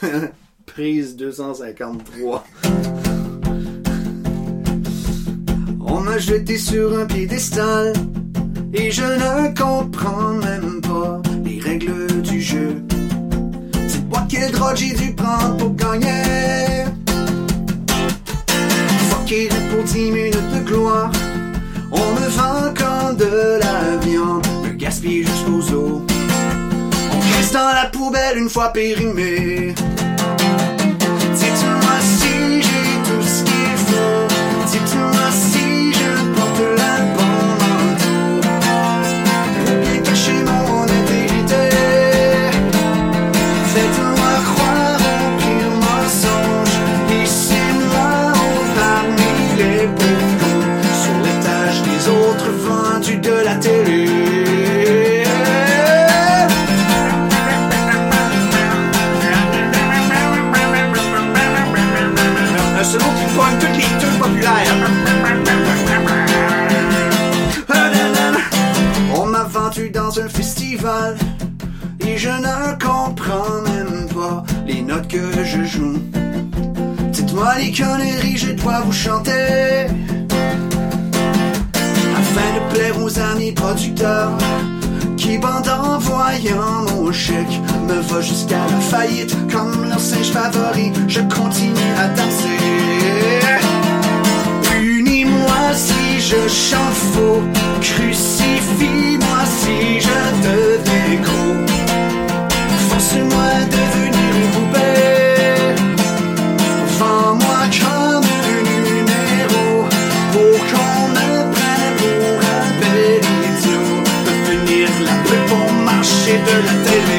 Prise 253. On m'a jeté sur un piédestal et je ne comprends même pas les règles du jeu. Dites-moi quelle drogue j'ai dû prendre pour gagner. Fucker pour 10 minutes de gloire. On me vend comme de la viande, me gaspille jusqu'aux os. On glisse dans la poubelle une fois périmé. Dites-moi si j'ai tout ce qu'il faut. Dites-moi si je porte la bonne manteau. Bien cacher mon intégrité. Faites-moi croire au pire mensonge. Laissez-moi parmi les pauvres sur l'étage des autres vendus de la télé. C'est l'autre qui pogne toutes les tunes populaires. On m'a vendu dans un festival et je ne comprends même pas les notes que je joue. Dites-moi les conneries, je dois vous chanter afin de plaire aux amis producteurs qui, bande en voyant mon chèque, me va jusqu'à la faillite comme leur singe favori. Je continue à danser. Punis-moi si je chante faux, crucifie-moi si je deviens gros. Force-moi à devenir une poupée. Vends-moi comme un numéro pour qu'on me prenne pour un bel idiot. Devenir la pub pour marcher de la télé.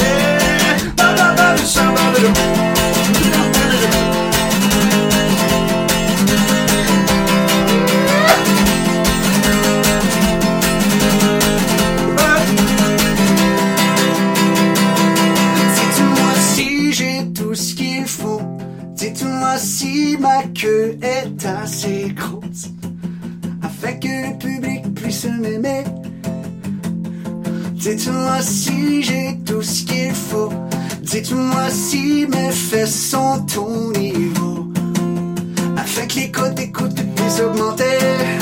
Dites-moi si j'ai tout ce qu'il faut. Dites-moi si ma queue est assez grosse afin que le public puisse m'aimer. Dites-moi si j'ai tout ce qu'il faut. Dites-moi si mes fesses sont au niveau afin que les codes d'écoute puissent augmenter.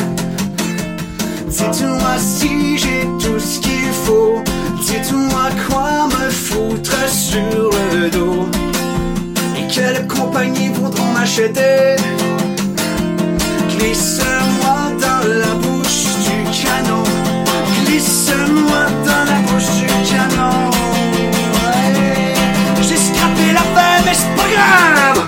Dites-moi si j'ai tout ce qu'il faut. Dites-moi quoi me foutre sur le dos et quelles compagnies voudront m'acheter. Glisse-moi dans la bouche du canon. Glisse-moi dans la bouche du canon. Ouais. J'ai scrappé la fin, mais c'est pas grave.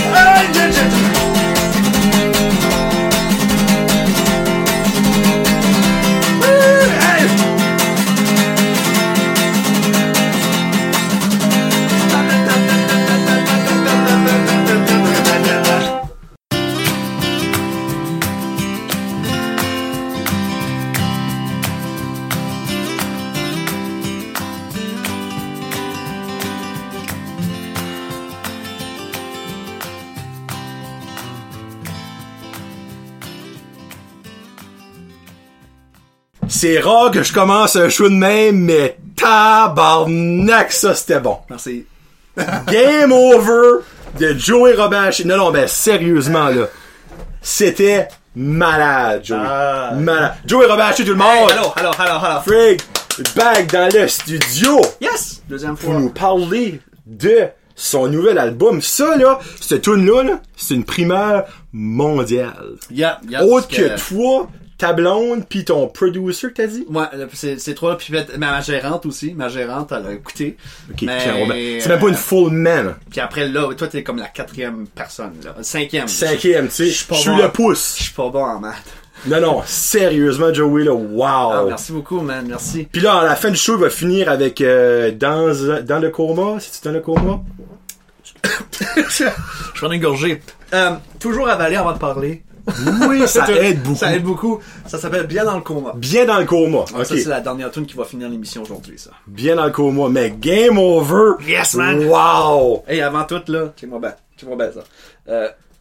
C'est rare que je commence un show de même, mais tabarnak, ça c'était bon. Merci. Game Over de Joey Robaché. Non, mais sérieusement, là. C'était malade, Joey. Malade. Joey Robaché, tout le monde. Hey, hello. Freak, back dans le studio. Yes! Deuxième fois. Pour nous parler de son nouvel album. Ça, là, cette tune-là, là, c'est une primeur mondiale. Autre que toi, ta blonde, pis ton producer, t'as dit? Ouais, c'est trois, pis ma gérante aussi. Ma gérante, elle a écouté. Ok, mais, c'est même pas une full man. Puis après, là, toi, t'es comme la 4e personne, là. 5e. 5e, tu sais. Je suis le pouce. Je suis pas bon en maths. Non, sérieusement, Joey, là, wow! Ah, merci beaucoup, man, merci. Puis là, à la fin du show, il va finir avec dans le coma. C'est-tu dans le coma? Je prends une gorgée. Toujours avaler avant de parler. Oui, ça aide beaucoup. Ça aide beaucoup. Ça s'appelle Bien dans le coma. Bien dans le coma. Ok. Ça, c'est la dernière tune qui va finir l'émission aujourd'hui, ça. Bien dans le coma. Mais Game Over. Yes, man. Wow. Hey, avant tout, là, check-moi bien ça.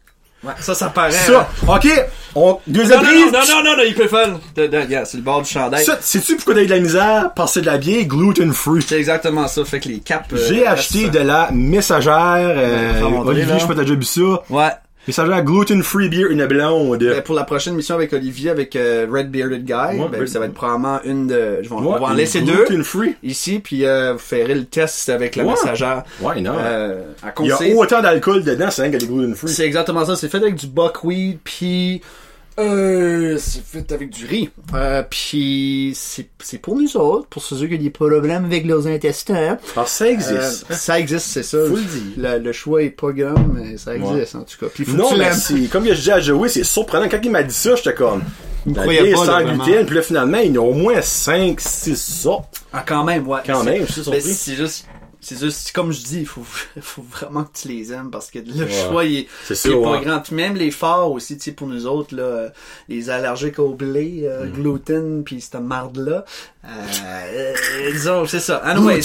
Ouais, ça paraît. Ça, ok, deuxième prise. Non, il peut faire. C'est le bord du chandail. Ça, sais-tu pourquoi t'as eu de la misère? Parce que c'est de la bière gluten-free. C'est exactement ça, fait que les caps... J'ai acheté de la Messagère, Olivier, je sais pas t'as déjà bu ça. Ouais. Messagère gluten-free beer, une blonde. Ben, pour la prochaine mission avec Olivier, avec Red Bearded Guy, ça va être probablement une de... On va en laisser deux ici, puis vous ferez le test avec la Messagère. Ouais, non. À il y a autant d'alcool dedans, c'est rien que des gluten-free. C'est exactement ça, c'est fait avec du buckwheat, puis... c'est fait avec du riz. Puis c'est pour nous autres, pour ceux qui ont des problèmes avec leurs intestins. Alors ça existe. Ça existe, c'est ça. Faut le dire. Le choix est pas grand, mais ça existe en tout cas. Puis non, mais c'est comme je dis à Joey, c'est surprenant. Quand il m'a dit ça, j'étais comme la bière sans gluten, puis là finalement, il y en a au moins 5, 6 sortes. Ah quand même, ouais. Quand même, je suis surpris. C'est juste, comme je dis, il faut vraiment que tu les aimes parce que le choix, il est pas grand. Puis même les forts aussi, tu sais, pour nous autres, là, les allergiques au blé, gluten, pis cette marde-là, disons, c'est ça. Anyways,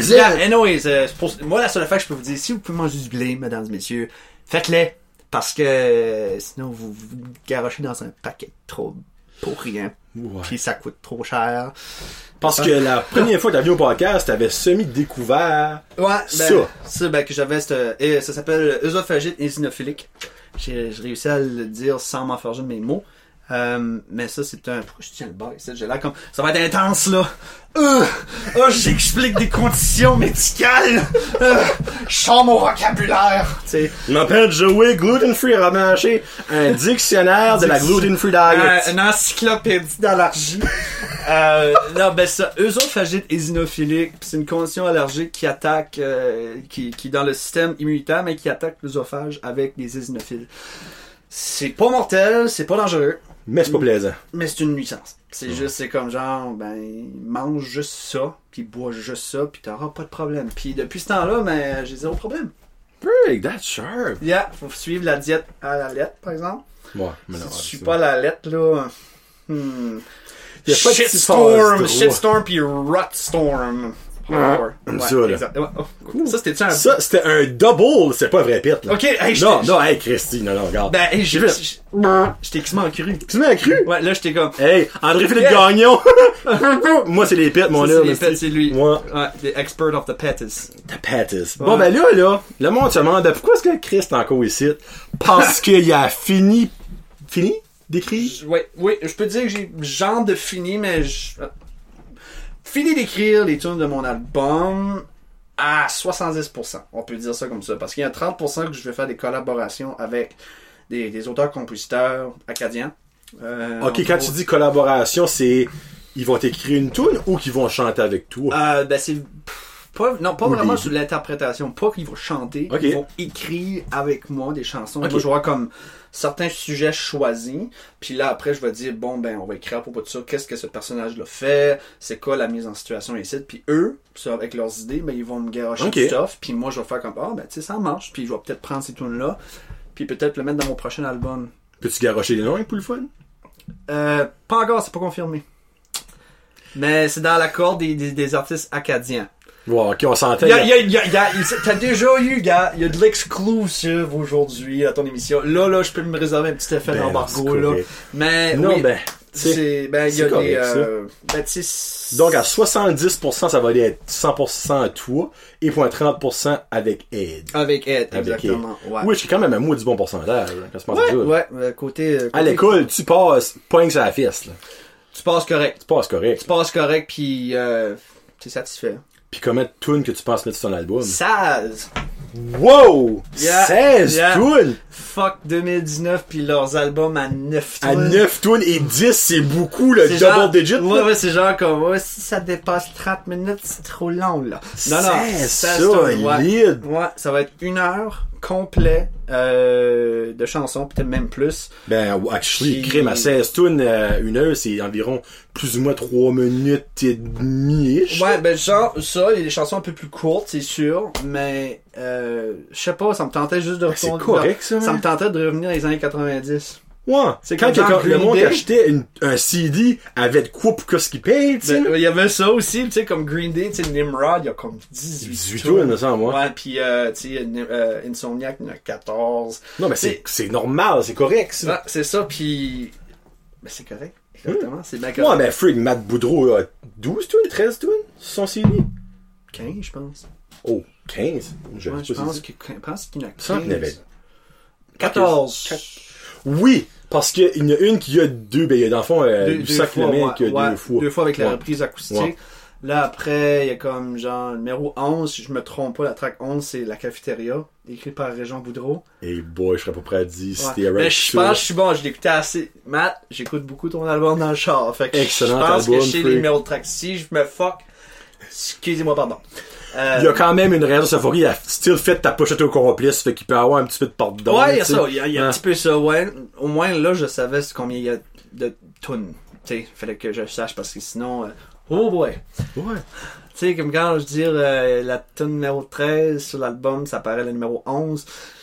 moi, la seule affaire que je peux vous dire, si vous pouvez manger du blé, mesdames et messieurs, faites-le. Parce que, sinon, vous garochez dans un paquet trop pour rien. Ouais. Puis ça coûte trop cher. Parce que la première fois que t'as venu au podcast, t'avais semi-découvert que j'avais ça s'appelle œsophagite eosinophilique. J'ai réussi à le dire sans m'enfarger de mes mots. Mais ça, c'est un... Pourquoi je tiens le bas ici? J'ai l'air comme... Ça va être intense, là. J'explique des conditions médicales. Je sens mon vocabulaire. T'sais. Je m'appelle Joey Gluten-Free à ramasser un dictionnaire de la Gluten-Free Diet. Une encyclopédie d'allergie. Non, ben ça, œsophagite eosinophilique, c'est une condition allergique qui attaque, qui est dans le système immunitaire, mais qui attaque l'œsophage avec les eosinophiles. C'est pas mortel, c'est pas dangereux. Mais c'est pas plaisant. Mais c'est une nuisance. C'est juste, c'est comme genre, mange juste ça, puis bois juste ça, puis t'auras pas de problème. Puis depuis ce temps-là, j'ai zéro problème. Pretty, that's sharp. Yeah, faut suivre la diète à la lettre, par exemple. Ouais, mais si non. tu suis pas la lettre, là... Shitstorm puis Rutstorm. Ça, là. Cool. Ça, c'était un... Ça, c'était un double, c'est pas un vrai pit, là. Ok, hey, Christy, non, regarde. J'étais quasiment cru. Tu m'as cru? Ouais, là, j'étais comme... Hey, André-Philippe Gagnon! Moi, c'est les pits, mon homme. C'est les pits, c'est lui. Moi. Ouais, the expert of the petties. The petties. Ouais. Bon, là, le monde se demande pourquoi est-ce que Chris est encore ici? Parce qu'il a fini d'écrire? Oui, je peux dire que j'ai genre de fini, mais fini d'écrire les tunes de mon album à 70%. On peut dire ça comme ça. Parce qu'il y a 30% que je vais faire des collaborations avec des auteurs-compositeurs acadiens. Ok, quand tu dis collaboration, c'est ils vont t'écrire une tune ou qu'ils vont chanter avec toi? C'est pas vraiment sur l'interprétation. Pas qu'ils vont chanter. Ils vont écrire avec moi des chansons. Moi, je vois comme certains sujets choisis. Puis là, après, je vais dire, on va écrire à propos de ça. Qu'est-ce que ce personnage-là fait? C'est quoi la mise en situation ici? Puis eux, ça, avec leurs idées, ils vont me garocher du stuff. Puis moi, je vais faire comme, ça marche. Puis je vais peut-être prendre ces tunes-là. Puis peut-être le mettre dans mon prochain album. Peux-tu garocher les noms avec pour le fun? Pas encore, c'est pas confirmé. Mais c'est dans l'accord des artistes acadiens. Wow, ok, on s'entend. T'as déjà eu, gars, il y a de l'exclusive aujourd'hui à ton émission. Là, je peux me réserver un petit effet d'embargo, là. Mais, non, il y a des, donc, à 70%, ça va aller être 100% à toi, et pour un 30% avec Ed. Avec Ed, exactement. Ouais. Oui, c'est quand même un mot du bon pourcentage, côté, à l'école, tu passes, pogne sur la fesse, là. Tu passes correct. Tu passes correct, puis, t'es satisfait. Puis combien de tunes que tu penses mettre sur ton album? 16! Wow! 16 tunes! Fuck 2019 puis leurs albums à 9 tunes. À 9 tunes et 10, c'est beaucoup, le double digit. Ouais, c'est genre comme, si ça dépasse 30 minutes, c'est trop long, là. Non, 16 solide! Ouais, ça va être 1 heure complet de chansons, peut-être même plus. Actually, crime à 16 tunes, 1 heure, c'est environ plus ou moins 3 minutes et demie. Ouais, genre, ça, il y a des chansons un peu plus courtes, c'est sûr, mais je sais pas, ça me tentait juste de retourner. C'est correct, ça, me tentait de revenir dans les années 90. Ouais. C'est quand le monde achetait un CD avec de quoi pour qu'est-ce qu'il paye, tu sais. Il y avait ça aussi, tu sais, comme Green Day, tu sais, Nimrod, il y a comme 18 tours, me semble, moi. Ouais, pis, tu sais, Insomniac, il y en a 14. Non, mais c'est normal, c'est correct, ça. Ouais, c'est ça, pis, ben, c'est correct. Exactement, c'est bien correct. Ouais, mais Frig, Matt Boudreau a 12 tunes, 13 tunes, sur son CD. 15, je pense. Oh, 15? Je pense qu'il y en a 15. 14. Oui, parce qu'il y en a une qui a deux, ben, il y a dans le fond, Lucas Clément qui a deux fois. Deux fois avec la reprise acoustique. Ouais. Là, après, il y a comme, genre, numéro 11, si je me trompe pas, la track 11, c'est La Cafétéria, écrite par Régent Boudreau. Et boy, je serais pas prêt à dire si c'était mais je pense que je suis bon, je l'écoutais assez. Matt, j'écoute beaucoup ton album dans le char. Fait que excellent je pense album, que je sais les numéros de track. Si je me fuck, excusez-moi, pardon. Il y a quand même une raison, Safari a still fait ta pochette au complice, fait qu'il peut avoir un petit peu de pardon. Ouais, il y a ça, il y a un petit peu ça, ouais. Au moins, là, je savais combien il y a de tunes. Tu sais, fallait que je sache parce que sinon, oh boy. Ouais. Tu sais, comme quand je dis la tune numéro 13 sur l'album, ça paraît le numéro 11.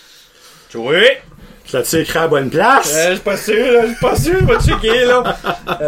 Oui! Tu l'as-tu écrit à la bonne place? Je suis pas sûr, je vais checker, là.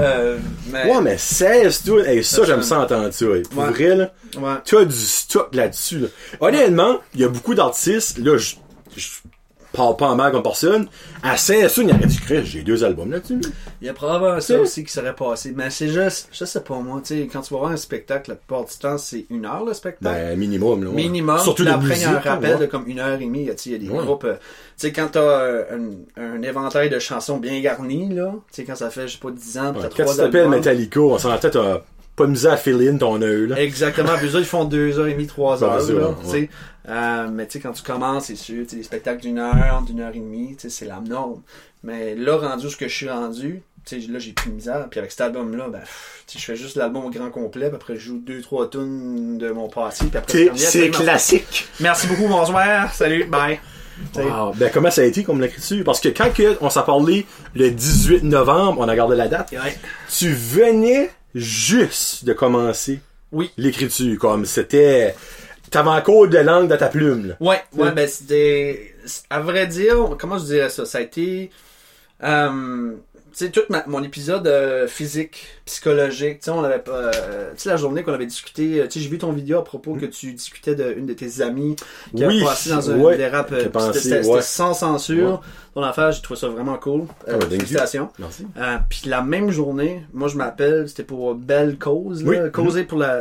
Ouais, mais 16, tout. Hey, ça, j'aime ça entendre ça. Pour vrai, là. Ouais. Tu as du stock là-dessus, là. Honnêtement, il y a beaucoup d'artistes, là, je parle pas en mal comme personne. À Saint-Saul, il y aurait dit, j'ai 2 albums là-dessus. Il y a probablement ça aussi qui serait passé. Mais c'est juste, je sais pas moi, tu sais, quand tu vas voir un spectacle, la plupart du temps, c'est 1 heure le spectacle. Ben, minimum, là. Minimum. Surtout puis après, musique, il y a un rappel de comme 1h30. Il y a des groupes. Tu sais, quand t'as un éventail de chansons bien garni, là, tu sais, quand ça fait, je sais pas, 10 ans, t'as 3 albums. Quand tu t'appelles Metallica, on s'en tête, t'as pas de misère à fill in ton œil, là. Exactement. Puis eux autres, ils font 2h30, 3h, là, tu sais. Ouais. Mais tu sais, quand tu commences, c'est sûr, tu sais, des spectacles d'1 heure, d'1h30, tu sais, c'est la norme. Mais là, rendu ce que je suis rendu, tu sais, là, j'ai plus de misère. Puis avec cet album-là, ben, tu sais, je fais juste l'album au grand complet, puis après, je joue 2-3 tunes de mon passé, puis après, c'est classique. Merci beaucoup, bonsoir. Salut, bye. Wow. Ben, comment ça a été comme l'écriture? Parce que quand on s'est parlé le 18 novembre, on a gardé la date, tu venais juste de commencer l'écriture, comme c'était... T'avais encore de langue dans ta plume, là. Ouais, ben c'était... À vrai dire, comment je dirais ça? Ça a été... tu sais, tout mon épisode physique, psychologique, tu sais, on avait pas... tu sais, la journée qu'on avait discuté... Tu sais, j'ai vu ton vidéo à propos que tu discutais d'une de tes amies qui a passé dans un dérap. C'était sans censure. Ton affaire, j'ai trouvé ça vraiment cool. Félicitations. Merci. Puis la même journée, moi je m'appelle, c'était pour Belle Cause, là, causer pour la...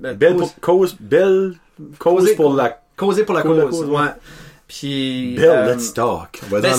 Causer pour la cause, ouais. Puis let's talk.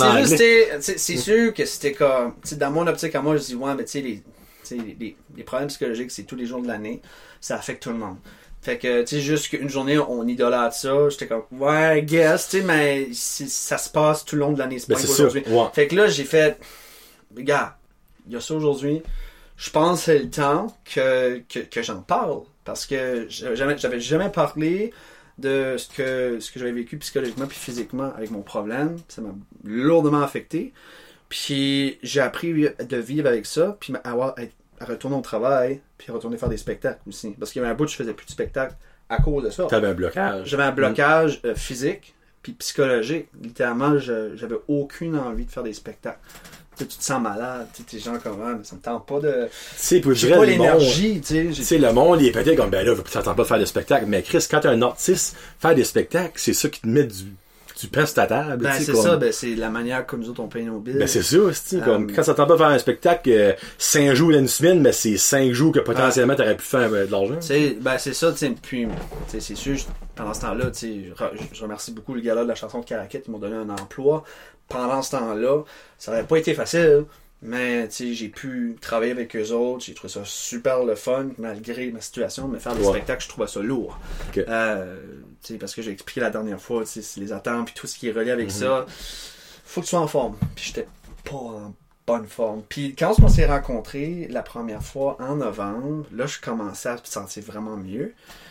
C'est sûr que c'était comme, tu sais, dans mon optique à moi, je dis ouais, mais tu sais les problèmes psychologiques, c'est tous les jours de l'année, ça affecte tout le monde. Fait que tu sais, juste qu'une journée on idolâtre ça, j'étais comme ouais, guess, tu sais, mais ça se passe tout le long de l'année, c'est pas aujourd'hui. Fait que là j'ai fait, regarde, il y a ça aujourd'hui. Je pense que c'est le temps que j'en parle. Parce que j'avais jamais parlé de ce que j'avais vécu psychologiquement puis physiquement avec mon problème. Ça m'a lourdement affecté. Puis j'ai appris de vivre avec ça, puis à retourner au travail, puis à retourner faire des spectacles aussi. Parce qu'il y avait un bout où je faisais plus de spectacles à cause de ça. T'avais un blocage. J'avais un blocage physique puis psychologique. Littéralement, j'avais aucune envie de faire des spectacles. Tu te sens malade, t'es genre comme mais ça me tente pas de... J'ai pas l'énergie, tu sais. Le monde, il est peut-être comme, ben là, ça tente pas de faire des spectacles. Mais Chris, quand t'es un artiste, faire des spectacles, c'est ça qui te met du pain sur ta table. Ben c'est ça, ben c'est la manière comme nous autres on paye nos billes. Ben c'est ça, c'est comme quand ça tente pas de faire un spectacle 5 jours dans une semaine, mais c'est 5 jours que potentiellement t'aurais pu faire de l'argent. Ben c'est ça, tu sais, puis c'est sûr, pendant ce temps-là, tu sais, je remercie beaucoup le gars-là de la chanson de Caraquette, ils m'ont donné un emploi. Pendant ce temps-là, ça n'aurait pas été facile, mais j'ai pu travailler avec eux autres, j'ai trouvé ça super le fun, malgré ma situation, mais faire des spectacles, je trouvais ça lourd. Okay. Parce que j'ai expliqué la dernière fois, c'est les attentes, puis tout ce qui est relié avec ça, faut que tu sois en forme. Puis j'étais pas en bonne forme. Puis quand on s'est rencontrés la première fois en novembre, là, je commençais à me sentir vraiment mieux.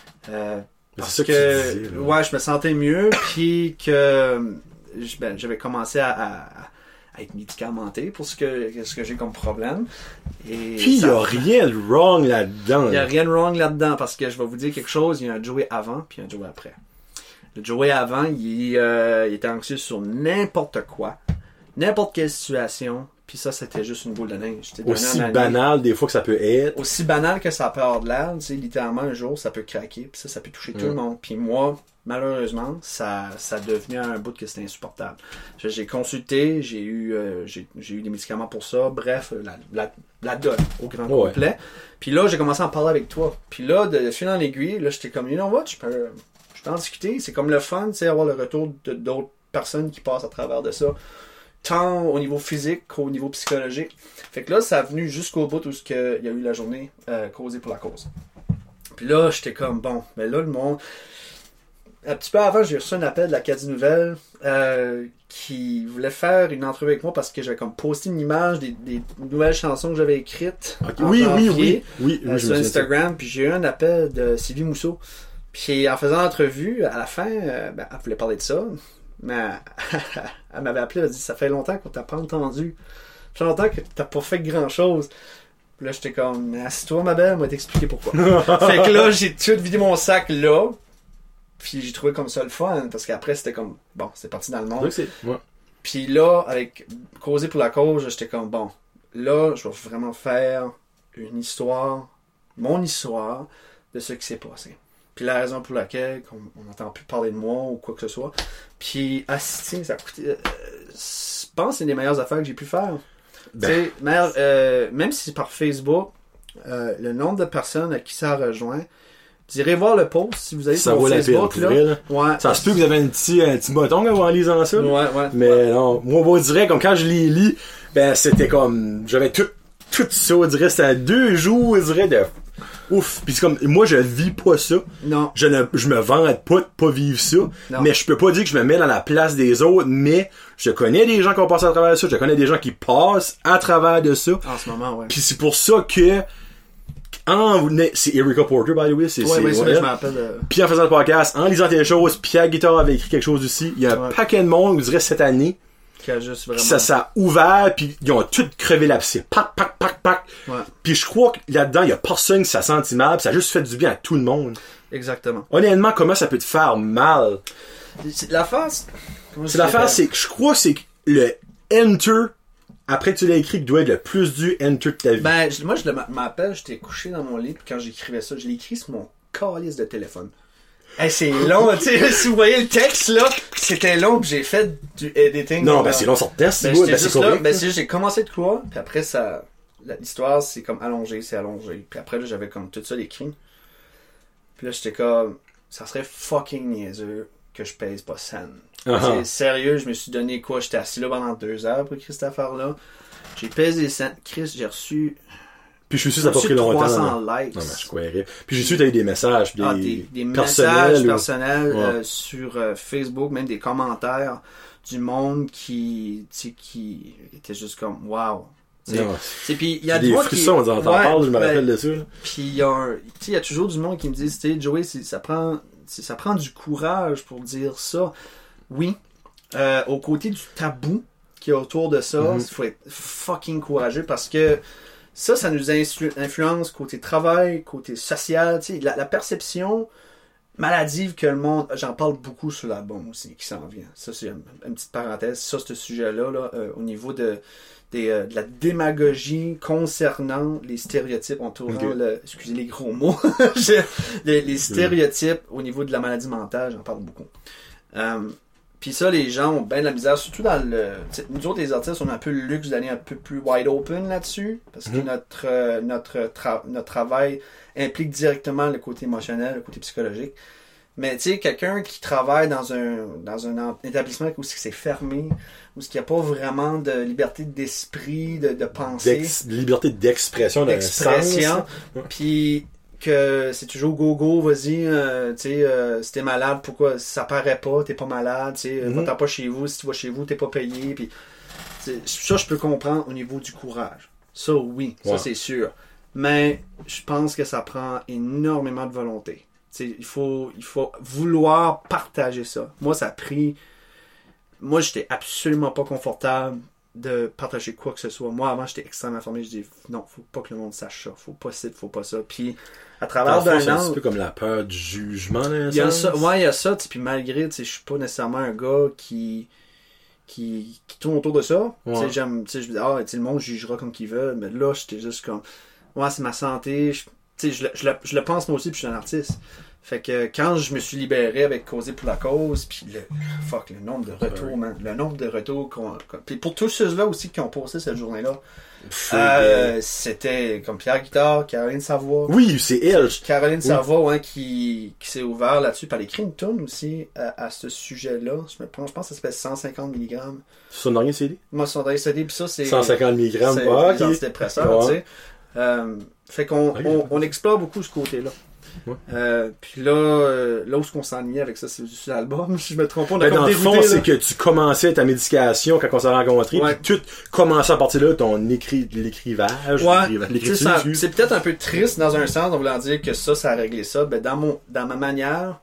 Parce que je me sentais mieux, puis que j'avais commencé à être médicamenté pour ce que j'ai comme problème. Et puis il n'y a rien de wrong là-dedans. Il n'y a rien de wrong là-dedans, parce que je vais vous dire quelque chose, il y a un Joey avant, puis un Joey après. Le Joey avant, il était anxieux sur n'importe quoi, n'importe quelle situation, Puis ça, c'était juste une boule de neige. Aussi banal des fois que ça peut être. Aussi banal que ça peut avoir de l'air. Tu sais, littéralement, un jour, ça peut craquer. Puis ça peut toucher tout le monde. Puis moi, malheureusement, ça a devenu un bout que c'était insupportable. J'ai consulté, j'ai eu des médicaments pour ça. Bref, la donne au grand complet. Puis là, j'ai commencé à en parler avec toi. Puis là, de fil en aiguille, là, j'étais comme, you know what, je peux en discuter. C'est comme le fun, tu sais, avoir le retour d'autres personnes qui passent à travers de ça. Tant au niveau physique qu'au niveau psychologique. Fait que là, ça a venu jusqu'au bout où il y a eu la journée causée pour la cause. Puis là, j'étais comme, bon, mais là, le monde... Un petit peu avant, j'ai reçu un appel de l'Acadie Nouvelle qui voulait faire une entrevue avec moi parce que j'avais comme posté une image des nouvelles chansons que j'avais écrites oui, sur Instagram. Puis j'ai eu un appel de Sylvie Mousseau. Puis en faisant l'entrevue, à la fin, elle voulait parler de ça. Mais elle m'avait appelé, elle a dit, ça fait longtemps qu'on t'a pas entendu. Ça fait longtemps que t'as pas fait grand chose. Puis là, j'étais comme, mais assis-toi, ma belle, moi t'expliquer pourquoi. Fait que là, j'ai tout vidé mon sac là. Puis j'ai trouvé comme ça le fun, parce qu'après, c'était comme, bon, c'est parti dans le monde. Puis là, avec Causer pour la cause, j'étais comme, bon, là, je vais vraiment faire une histoire, mon histoire, de ce qui s'est passé. Puis la raison pour laquelle on n'entend plus parler de moi ou quoi que ce soit. Puis assister, ça a coûté... je pense que c'est une des meilleures affaires que j'ai pu faire. Ben. Même si c'est par Facebook, le nombre de personnes à qui ça a rejoint, vous irez voir le post si vous allez ça sur Facebook. Là. Ouais. Ça se peut que vous avez un petit bouton en lisant ça. Mais non, moi, on dirait, comme quand je les lis, ben c'était comme... J'avais tout ça, on dirait, c'était 2 jours, on dirait, de... Ouf, pis c'est comme, moi je vis pas ça. Non. Je me vante pas de pas vivre ça. Non. Mais je peux pas dire que je me mets dans la place des autres, mais je connais des gens qui ont passé à travers de ça, je connais des gens qui passent à travers de ça. En ce moment, ouais. Pis c'est pour ça que, c'est Erika Porter, by the way, je m'appelle. Puis en faisant le podcast, en lisant des choses, Pierre Guitare avait écrit quelque chose aussi. Il y a un paquet de monde, je dirais, cette année. Juste vraiment... Ça a ouvert, puis ils ont tout crevé l'abcès. Pac. Ouais. Puis je crois que là-dedans, il y a personne qui s'est senti mal, puis ça a juste fait du bien à tout le monde. Exactement. Honnêtement, comment ça peut te faire mal? L'affaire, c'est que je crois que c'est le enter, après que tu l'as écrit, qui doit être le plus du enter de ta vie. Ben, moi, je m'appelle, j'étais couché dans mon lit, puis quand j'écrivais ça, je l'ai écrit sur mon calice de téléphone. Hey, c'est long, tu sais, si vous voyez le texte, là, c'était long, pis j'ai fait du editing. Non, ben c'est long sur le test, c'est correct. Ben, j'ai commencé de quoi, puis après, l'histoire, c'est comme allongé. Puis après, là, j'avais comme tout ça écrit. Puis là, j'étais comme, ça serait fucking niaiseux que je pèse pas scène. C'est sérieux, je me suis donné quoi, j'étais assis là pendant 2 heures pour écrire cette affaire-là. J'ai pesé scène. Chris, j'ai reçu... Puis je suis sûr que ça n'a pas pris longtemps. 300 likes. Non, mais je croirais. Puis j'ai su que t'as eu des messages, des messages personnels sur Facebook, même des commentaires du monde qui était juste comme wow. Puis il y a des frissons, on t'en parle, je me rappelle de ça. Puis il y a toujours du monde qui me dit, tu sais, Joey, ça prend du courage pour dire ça. Oui, au côté du tabou qui est autour de ça, il faut être fucking courageux parce que ça nous influence côté travail, côté social, tu sais, la perception maladive que le monde... J'en parle beaucoup sur l'album aussi, qui s'en vient. Ça, c'est une petite parenthèse. Ça, ce sujet-là, au niveau de la démagogie concernant les stéréotypes entourant excusez les gros mots, les stéréotypes au niveau de la maladie mentale, j'en parle beaucoup. Puis ça, les gens ont bien de la misère, surtout dans nous autres, les artistes, on a un peu le luxe d'aller un peu plus wide open là-dessus, parce que notre travail implique directement le côté émotionnel, le côté psychologique. Mais tu sais, quelqu'un qui travaille dans un établissement où c'est fermé, où il n'y a pas vraiment de liberté d'esprit, de pensée. Liberté d'expression, puis que c'est toujours go, vas-y, tu sais, si t'es malade, pourquoi ça paraît pas, t'es pas malade, tu sais, va-t'en pas chez vous, si tu vas chez vous, t'es pas payé, puis ça, je peux comprendre au niveau du courage. Ça, oui, ça c'est sûr. Mais je pense que ça prend énormément de volonté. Tu sais, il faut vouloir partager ça. Moi, ça a pris... Moi, j'étais absolument pas confortable de partager quoi que ce soit. Moi, avant, j'étais extrêmement informé. Je dis, non, faut pas que le monde sache ça. Faut pas ci, faut pas ça. Puis, à travers d'un an... C'est un petit peu comme la peur du jugement, là. Il y a ça. Ouais, il y a ça. Puis malgré, tu sais, je suis pas nécessairement un gars qui qui tourne autour de ça. Tu sais, je me dis, le monde jugera comme qu'il veut, mais là, j'étais juste comme, ouais, c'est ma santé, tu sais, je le pense moi aussi, puis je suis un artiste. Fait que quand je me suis libéré avec Causer pour la cause, puis le nombre de retours, man, le nombre de retours puis pour tous ceux-là aussi qui ont posté cette journée-là, c'était comme Pierre Guitard, Caroline Savoie. Oui, c'est elle. Caroline Savoie, qui s'est ouvert là-dessus, puis elle a écrit une tune aussi à ce sujet-là. Je pense que ça s'appelle 150 mg. Son dernier CD? Moi, son dernier CD, puis ça, c'est 150 mg. C'est des antidépresseurs, tu sais. Fait qu'on explore beaucoup ce côté-là. Puis là où on s'ennuyait avec ça, c'est juste l'album. Si je me trompe pas, on a dans le fond, c'est que tu commençais ta médication quand on s'est rencontrés, puis tout commençait à partir de là, ton l'écrivage. C'est peut-être un peu triste dans un sens, en voulant dire que ça a réglé ça. Ben, dans ma manière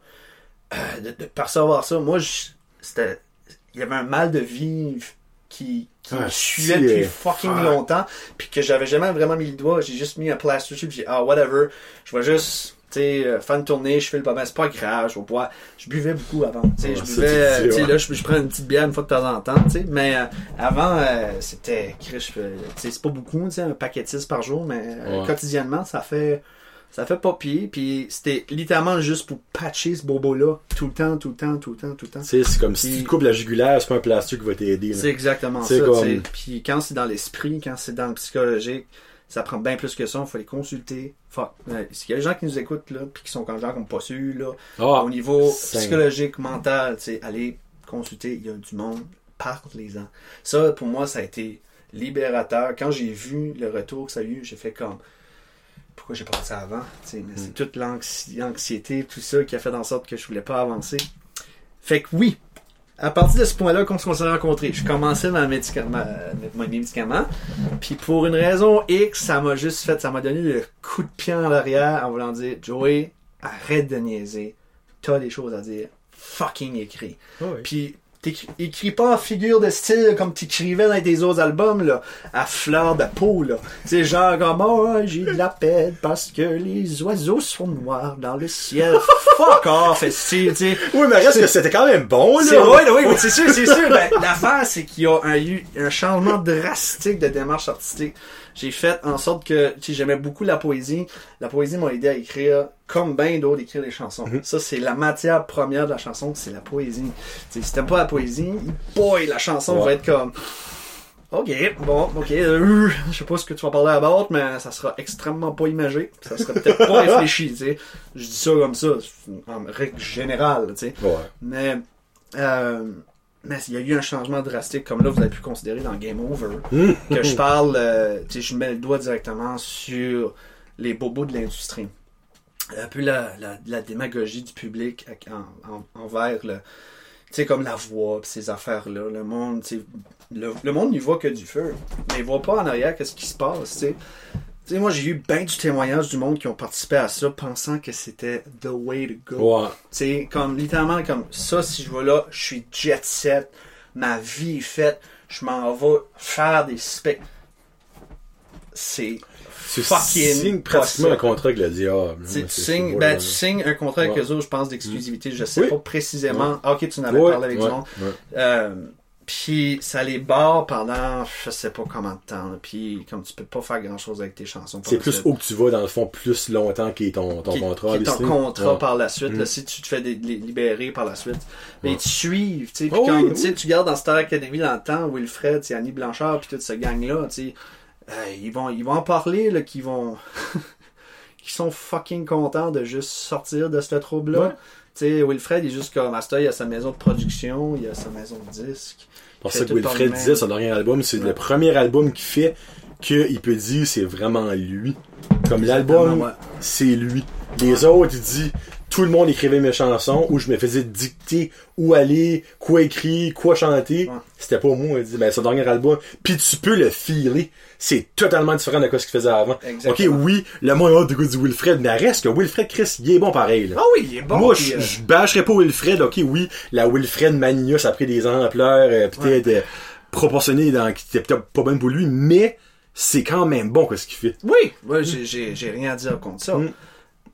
de percevoir ça, moi, il y avait un mal de vivre qui suivait depuis fucking longtemps, puis que j'avais jamais vraiment mis le doigt. J'ai juste mis un plaster dessus, puis j'ai whatever, je vais juste faire une tournée, je fais le pas mal, c'est pas grave, je vais boire. Je buvais beaucoup avant, je buvais, là je prends une petite bière une fois de temps en temps, mais avant c'était c'est pas beaucoup, un paquet de 6 par jour, mais quotidiennement ça fait pas pire, puis c'était littéralement juste pour patcher ce bobo-là tout le temps. C'est comme si tu coupes la jugulaire, c'est pas un plaster qui va t'aider. C'est exactement ça, puis quand c'est dans l'esprit, quand c'est dans le psychologique, ça prend bien plus que ça, il faut les consulter. S'il y a des gens qui nous écoutent, là, puis qui sont comme gens qui n'ont pas su, là, au niveau psychologique, mental, allez consulter, il y a du monde, parlez-en. Ça, pour moi, ça a été libérateur. Quand j'ai vu le retour que ça a eu, j'ai fait comme, pourquoi j'ai pas fait ça avant? Mais c'est toute l'anxiété, tout ça qui a fait en sorte que je voulais pas avancer. Fait que oui, à partir de ce point-là, quand on s'est rencontrés, je commençais mes médicaments, puis pour une raison X, ça m'a donné le coup de pied en arrière en voulant dire, Joey, arrête de niaiser, t'as des choses à dire, fucking écris. Puis écris pas en figure de style comme t'écrivais dans tes autres albums, là, à fleur de peau, là. C'est genre comme, j'ai de la peine parce que les oiseaux sont noirs dans le ciel. Fuck off, t'sais. Oui, mais reste que c'était quand même bon, là. Oui, c'est sûr. Ben, l'affaire, c'est qu'il y a eu un changement drastique de démarche artistique. J'ai fait en sorte que j'aimais beaucoup la poésie. La poésie m'a aidé à écrire, comme bien d'autres, écrire des chansons. Ça, c'est la matière première de la chanson, c'est la poésie. T'sais, si t'aimes pas la poésie, la chanson va être comme... Ok, je sais pas ce que tu vas parler à bord, mais ça sera extrêmement pas imagé. Ça sera peut-être pas réfléchi, tu sais. Je dis ça comme ça, en règle générale, tu sais. Mais il y a eu un changement drastique, comme là, vous avez pu considérer dans Game Over, que je parle, je mets le doigt directement sur les bobos de l'industrie. Un peu la démagogie du public envers le... Tu sais, comme la voix, pis ces affaires-là. Le monde, le monde n'y voit que du feu. Mais il voit pas en arrière qu'est-ce qui se passe, tu sais. Tu sais, moi, j'ai eu bien du témoignage du monde qui ont participé à ça, pensant que c'était the way to go. Tu sais, comme, littéralement, comme ça, si je vais là, je suis jet set, ma vie est faite, je m'en vais faire des spectacles. Tu signes pratiquement un contrat avec le diable. Tu signes un contrat avec eux autres, je pense, d'exclusivité. Je sais pas précisément. Ok, tu n'avais parlé avec du monde. Puis ça les barre pendant je sais pas combien de temps. Puis comme tu peux pas faire grand chose avec tes chansons. C'est plus haut que tu vas dans le fond, plus longtemps qu'est ton contrat. Qui est ton contrat par la suite. Là, si tu te fais libérer par la suite. Mais ils te suivent. Puis quand tu gardes dans Star Academy dans le temps, Wilfred, Annie Blanchard, puis toute ce gang-là, ils vont en parler, là, qui sont fucking contents de juste sortir de ce trouble-là. Tu sais, Wilfred, il est juste comme Asta, il a sa maison de production, il a sa maison de disque. Pour ça que Wilfred disait, son dernier album, c'est le premier album qu'il fait qu'il peut dire c'est vraiment lui. Comme l'album, c'est lui. Les autres, il dit, tout le monde écrivait mes chansons, où je me faisais dicter où aller, quoi écrire, quoi chanter. C'était pas moi, il dit, son dernier album, puis tu peux le filer. C'est totalement différent de ce qu'il faisait avant. Exactement. Ok, oui, le monde de goût du Wilfred, mais reste que Wilfred, Chris, il est bon pareil, là. Ah oui, il est bon. Moi, je bâcherais pas Wilfred, ok, oui, la Wilfred Mania, ça a pris des ampleurs, peut-être proportionnées qui étaient peut-être pas bonnes pour lui, mais c'est quand même bon, ce qu'il fait. Oui, j'ai rien à dire contre ça.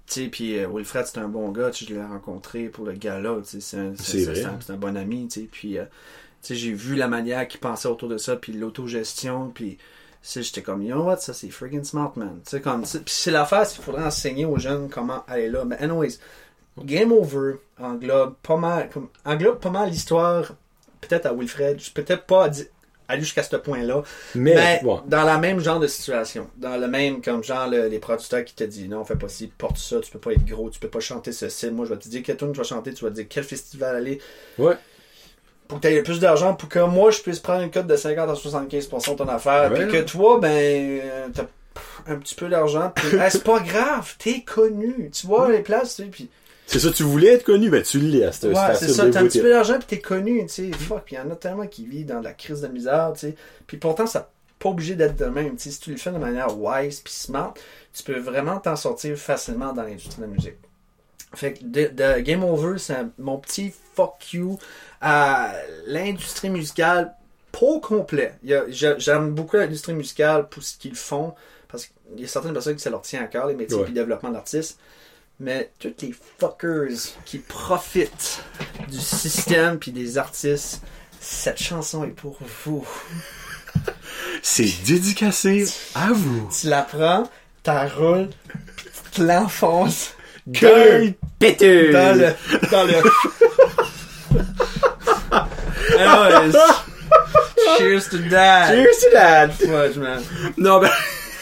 Tu sais, puis Wilfred, c'est un bon gars, tu sais, je l'ai rencontré pour le gala, tu sais, c'est un bon ami, tu sais, puis tu sais, j'ai vu la manière qu'il pensait autour de ça, puis l'autogestion, puis j'étais comme, you know what, ça c'est friggin' smart, man. Tu sais, comme, puis c'est l'affaire, il faudrait enseigner aux jeunes comment aller là, mais anyways, Game Over englobe pas mal l'histoire, peut-être à Wilfred, peut-être pas aller jusqu'à ce point-là, mais bon. Dans la même genre de situation, dans le même comme genre les producteurs qui te disent non, fais pas ci, porte ça, tu peux pas être gros, tu peux pas chanter ceci, moi je vais te dire quel tune tu vas chanter, tu vas te dire quel festival aller, pour que tu aies plus d'argent, pour que moi je puisse prendre une cote de 50 à 75% de ton affaire, puis que toi t'as un petit peu d'argent, puis c'est pas grave, t'es connu, tu vois les places, tu sais, puis c'est ça, tu voulais être connu, ben tu l'es. C'est ça, t'as un petit peu d'argent pis t'es connu, tu sais. Fuck, pis y en a tellement qui vivent dans de la crise de misère, tu sais. Pis pourtant, ça n'est pas obligé d'être de même, tu sais. Si tu le fais de manière wise pis smart, tu peux vraiment t'en sortir facilement dans l'industrie de la musique. Fait que de Game Over, c'est mon petit fuck you à l'industrie musicale pas au complet. J'aime beaucoup l'industrie musicale pour ce qu'ils font, parce qu'il y a certaines personnes qui ça leur tient à cœur, les métiers pis le développement d'artistes. Mais tous les fuckers qui profitent du système puis des artistes, cette chanson est pour vous. C'est dédicacé à vous. Tu la prends, t'en roules, pis tu te l'enfonces. Gueule péteuse. Dans le... Anyways, cheers to that. Cheers to that. Fudge, man. Non, ben...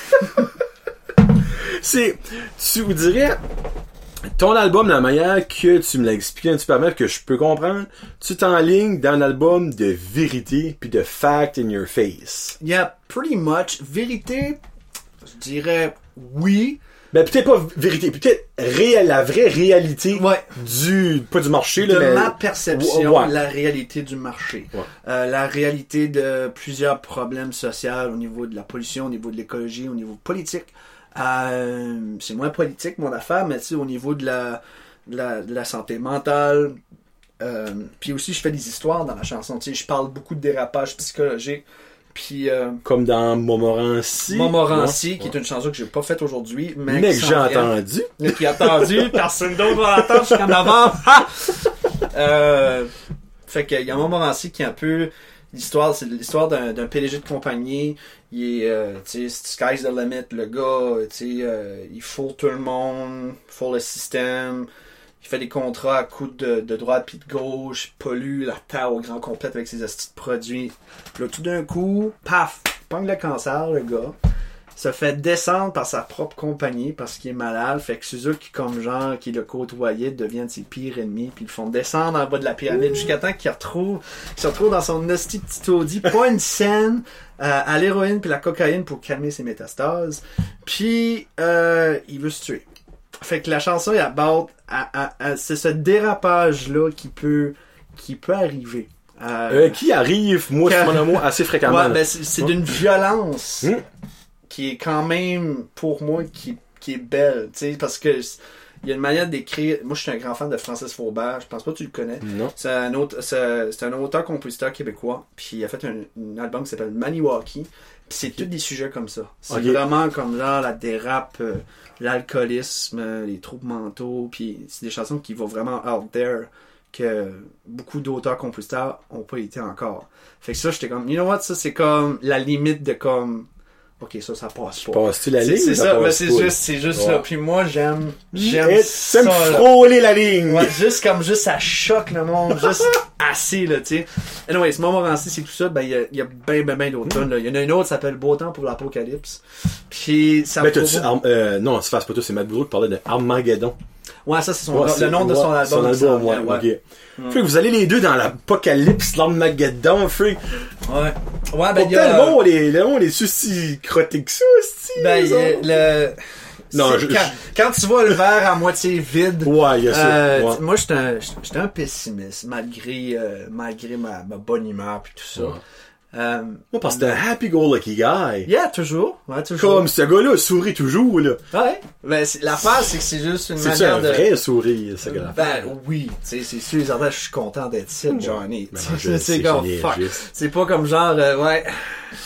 tu vous dirais... Ton album, la manière que tu me l'as expliqué un petit peu avant, que je peux comprendre, tu t'enlignes dans un album de vérité puis de fact in your face. Yeah, pretty much. Vérité, je dirais oui. Ben peut-être pas vérité, peut-être la vraie réalité pas du marché. De mais... ma perception, la réalité du marché. La réalité de plusieurs problèmes sociaux au niveau de la pollution, au niveau de l'écologie, au niveau politique. C'est moins politique mon affaire, mais tu sais, au niveau de la santé mentale, puis aussi je fais des histoires dans la chanson, tu sais, je parle beaucoup de dérapage psychologique, puis comme dans Montmorency, qui est une chanson que j'ai pas faite aujourd'hui, mais que j'ai entendu, personne d'autre va l'entendre jusqu'en novembre. Fait que il y a Montmorency qui est un peu c'est l'histoire d'un PDG de compagnie. Il est, tu sais, sky's the limit, le gars, tu sais, il fout tout le monde, fout le système, il fait des contrats à coups de droite puis de gauche, pollue la terre au grand complet avec ses hosties de produits. Là, tout d'un coup, paf, pogne le cancer, le gars, se fait descendre par sa propre compagnie parce qu'il est malade, fait que ceux qui, comme genre, qui le côtoyaient deviennent ses pires ennemis, puis ils le font descendre en bas de la pyramide jusqu'à temps qu'il se retrouve dans son hostie petit Audi, pas une scène, à l'héroïne puis la cocaïne pour calmer ses métastases, puis il veut se tuer. Fait que la chanson est about c'est ce dérapage là qui peut arriver. Qui arrive, moi, c'est mon amour, assez fréquemment. Ouais, ben c'est d'une violence qui est quand même, pour moi, qui est belle, tu sais, parce que il y a une manière d'écrire. Moi, je suis un grand fan de Francis Faubert. Je pense pas que tu le connais. Non. C'est un auteur-compositeur québécois. Puis il a fait un album qui s'appelle Maniwaki. Puis c'est tous des sujets comme ça. C'est vraiment comme genre la dérape, l'alcoolisme, les troubles mentaux. Puis c'est des chansons qui vont vraiment out there, que beaucoup d'auteurs-compositeurs ont pas été encore. Fait que ça, j'étais comme, you know what, ça c'est comme la limite de comme, ok, ça passe pas. Passes-tu la ligne? C'est ça, mais c'est juste ça. Puis moi, j'aime ça. J'aime frôler la ligne. Ouais, juste ça choque le monde, juste assez, là, tu sais. Anyway, ce Montmorency, c'est tout ça, ben, il y a ben d'autres tonnes, là. Il y en a une autre qui s'appelle Beau temps pour l'Apocalypse. Puis, ça non, c'est pas tout, c'est Matt Boudreau qui parlait de Armageddon. Ouais, ça, c'est le nom de son album. Ok. Fait que vous allez les deux dans l'Apocalypse, l'Armageddon, freak. Ouais. Ouais, ben, pourtant, le monde est si crotté que ça, aussi. Ben, non, quand tu vois le verre à moitié vide. Ouais, il y a ça. Moi, j'étais un pessimiste, malgré ma bonne humeur pis tout ça. Ouais. Moi, parce que t'es un happy-go-lucky guy. Yeah, toujours. Ouais, toujours. Comme ce gars-là sourit toujours, là. Ouais. Ben, l'affaire, c'est que c'est juste une manière de... C'est un vrai sourire, ce gars-là. Ben, oui. Tu sais, c'est sûr, je suis content d'être ici, Johnny. C'est comme fuck. C'est pas comme genre, ouais.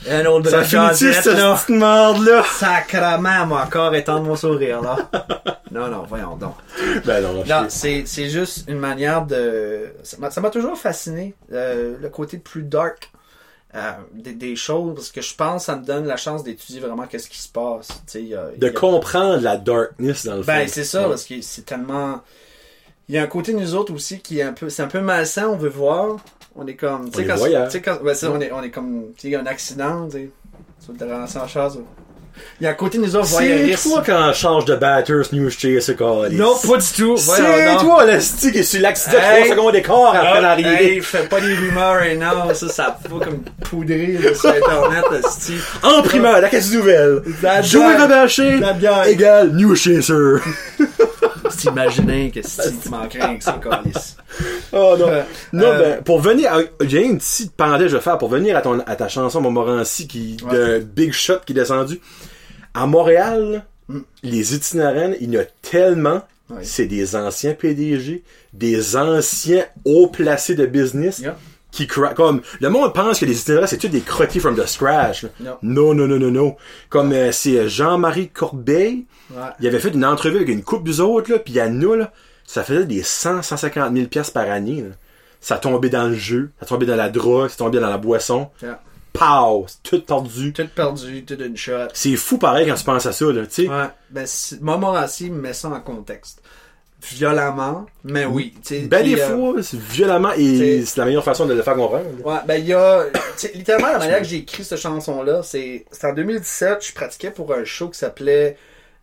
Un autre ça finit-tu, cette petite merde-là? Sacrement, moi, encore étendre mon sourire, là. Non, voyons donc. Ben non, c'est juste une manière de... Ça m'a toujours fasciné, le côté plus dark des choses, parce que je pense que ça me donne la chance d'étudier vraiment qu'est-ce qui se passe. Comprendre la darkness dans le fond. Ben, c'est ça, parce que c'est tellement... Il y a un côté de nous autres aussi qui est un peu malsain, on veut voir. On est comme... Tu sais, on est comme... Tu sais, il y a un accident, tu sais. Tu vas te ralentir en chasse. Il y a un côté de nous autres voyeuristes. C'est toi quand on change de Batters News Chase, quoi. Non, pas du tout. C'est toi, le stick qui est sur l'accident 3 secondes d'écart après l'arrivée. Hey, fais pas des rumeurs, et non, ça faut comme poudrer là, sur Internet, le stick. En primeur, la caisse nouvelle. Joey Rabâché égale New Chaser. T'imagines que si tu manquerais avec ça, câlisse. Oh non. Ben, pour venir j'ai une petite parenthèse je vais faire pour venir à ta chanson Montmorency de Big Shot qui est descendu. À Montréal, les itinérants, il y en a tellement, c'est des anciens PDG, des anciens hauts placés de business. Qui comme le monde pense que les itinérants c'est tous des crottés from the scratch. Non. Comme c'est Jean-Marie Corbeil, il avait fait une entrevue avec une couple d'eux autres là, puis il y a nous là, ça faisait des 150 000 pièces par année. Là. Ça tombait dans le jeu, ça tombait dans la drogue, ça tombait dans la boisson. Pow, c'est tout perdu. Tout perdu, tout une shot. C'est fou pareil quand tu penses à ça là, tu sais. Ouais, ben Montmorency met ça en contexte. Violemment, mais oui. Ben des fois, c'est violemment et c'est la meilleure façon de le faire comprendre. Ouais, ben il y a... littéralement, la manière que j'ai écrit cette chanson-là, c'est en 2017, je pratiquais pour un show qui s'appelait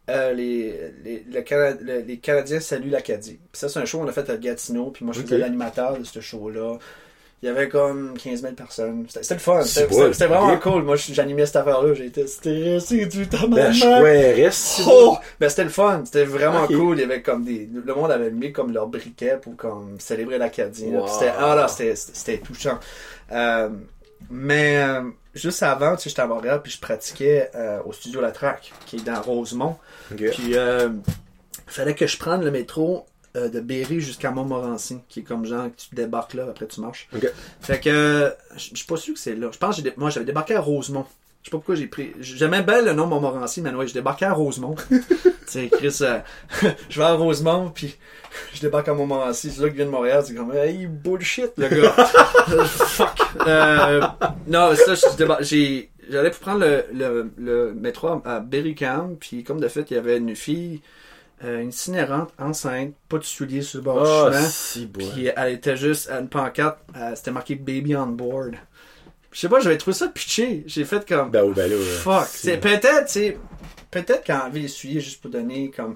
les Canadiens saluent l'Acadie. Puis ça, c'est un show qu'on a fait à Gatineau, puis moi je faisais l'animateur de ce show-là. Il y avait comme 15 000 personnes. C'était le fun. C'était vraiment cool. Moi, j'animais cette affaire-là. J'ai été stressé du tabarnak. Ben, c'était le fun. C'était vraiment cool. Il y avait comme le monde avait mis comme leur briquet pour comme célébrer l'Acadie. Wow. C'était touchant. Mais juste avant, tu sais, j'étais à Montréal puis je pratiquais au studio La Traque, qui est dans Rosemont. Puis il fallait que je prenne le métro de Berry jusqu'à Montmorency, qui est comme genre que tu débarques là, après tu marches. Fait que je suis pas sûr que c'est là. Je pense que moi j'avais débarqué à Rosemont. Je sais pas pourquoi j'ai pris. J'aimais bien le nom Montmorency, mais ouais, je débarquais à Rosemont. Tu sais, Chris, je vais à Rosemont, puis je débarque à Montmorency. C'est là qu'il vient de Montréal. C'est comme, hey, bullshit, le gars. Fuck. Non, ça, j'allais pour prendre le métro à Berry-UQAM, puis comme de fait, il y avait une fille. Une itinérante, enceinte, pas de souliers sur le bord du chemin. Puis elle était juste à une pancarte, c'était marqué Baby on board. Je sais pas, j'avais trouvé ça pitché. J'ai fait comme. Fuck. Peut-être qu'elle enlevé les souliers juste pour donner comme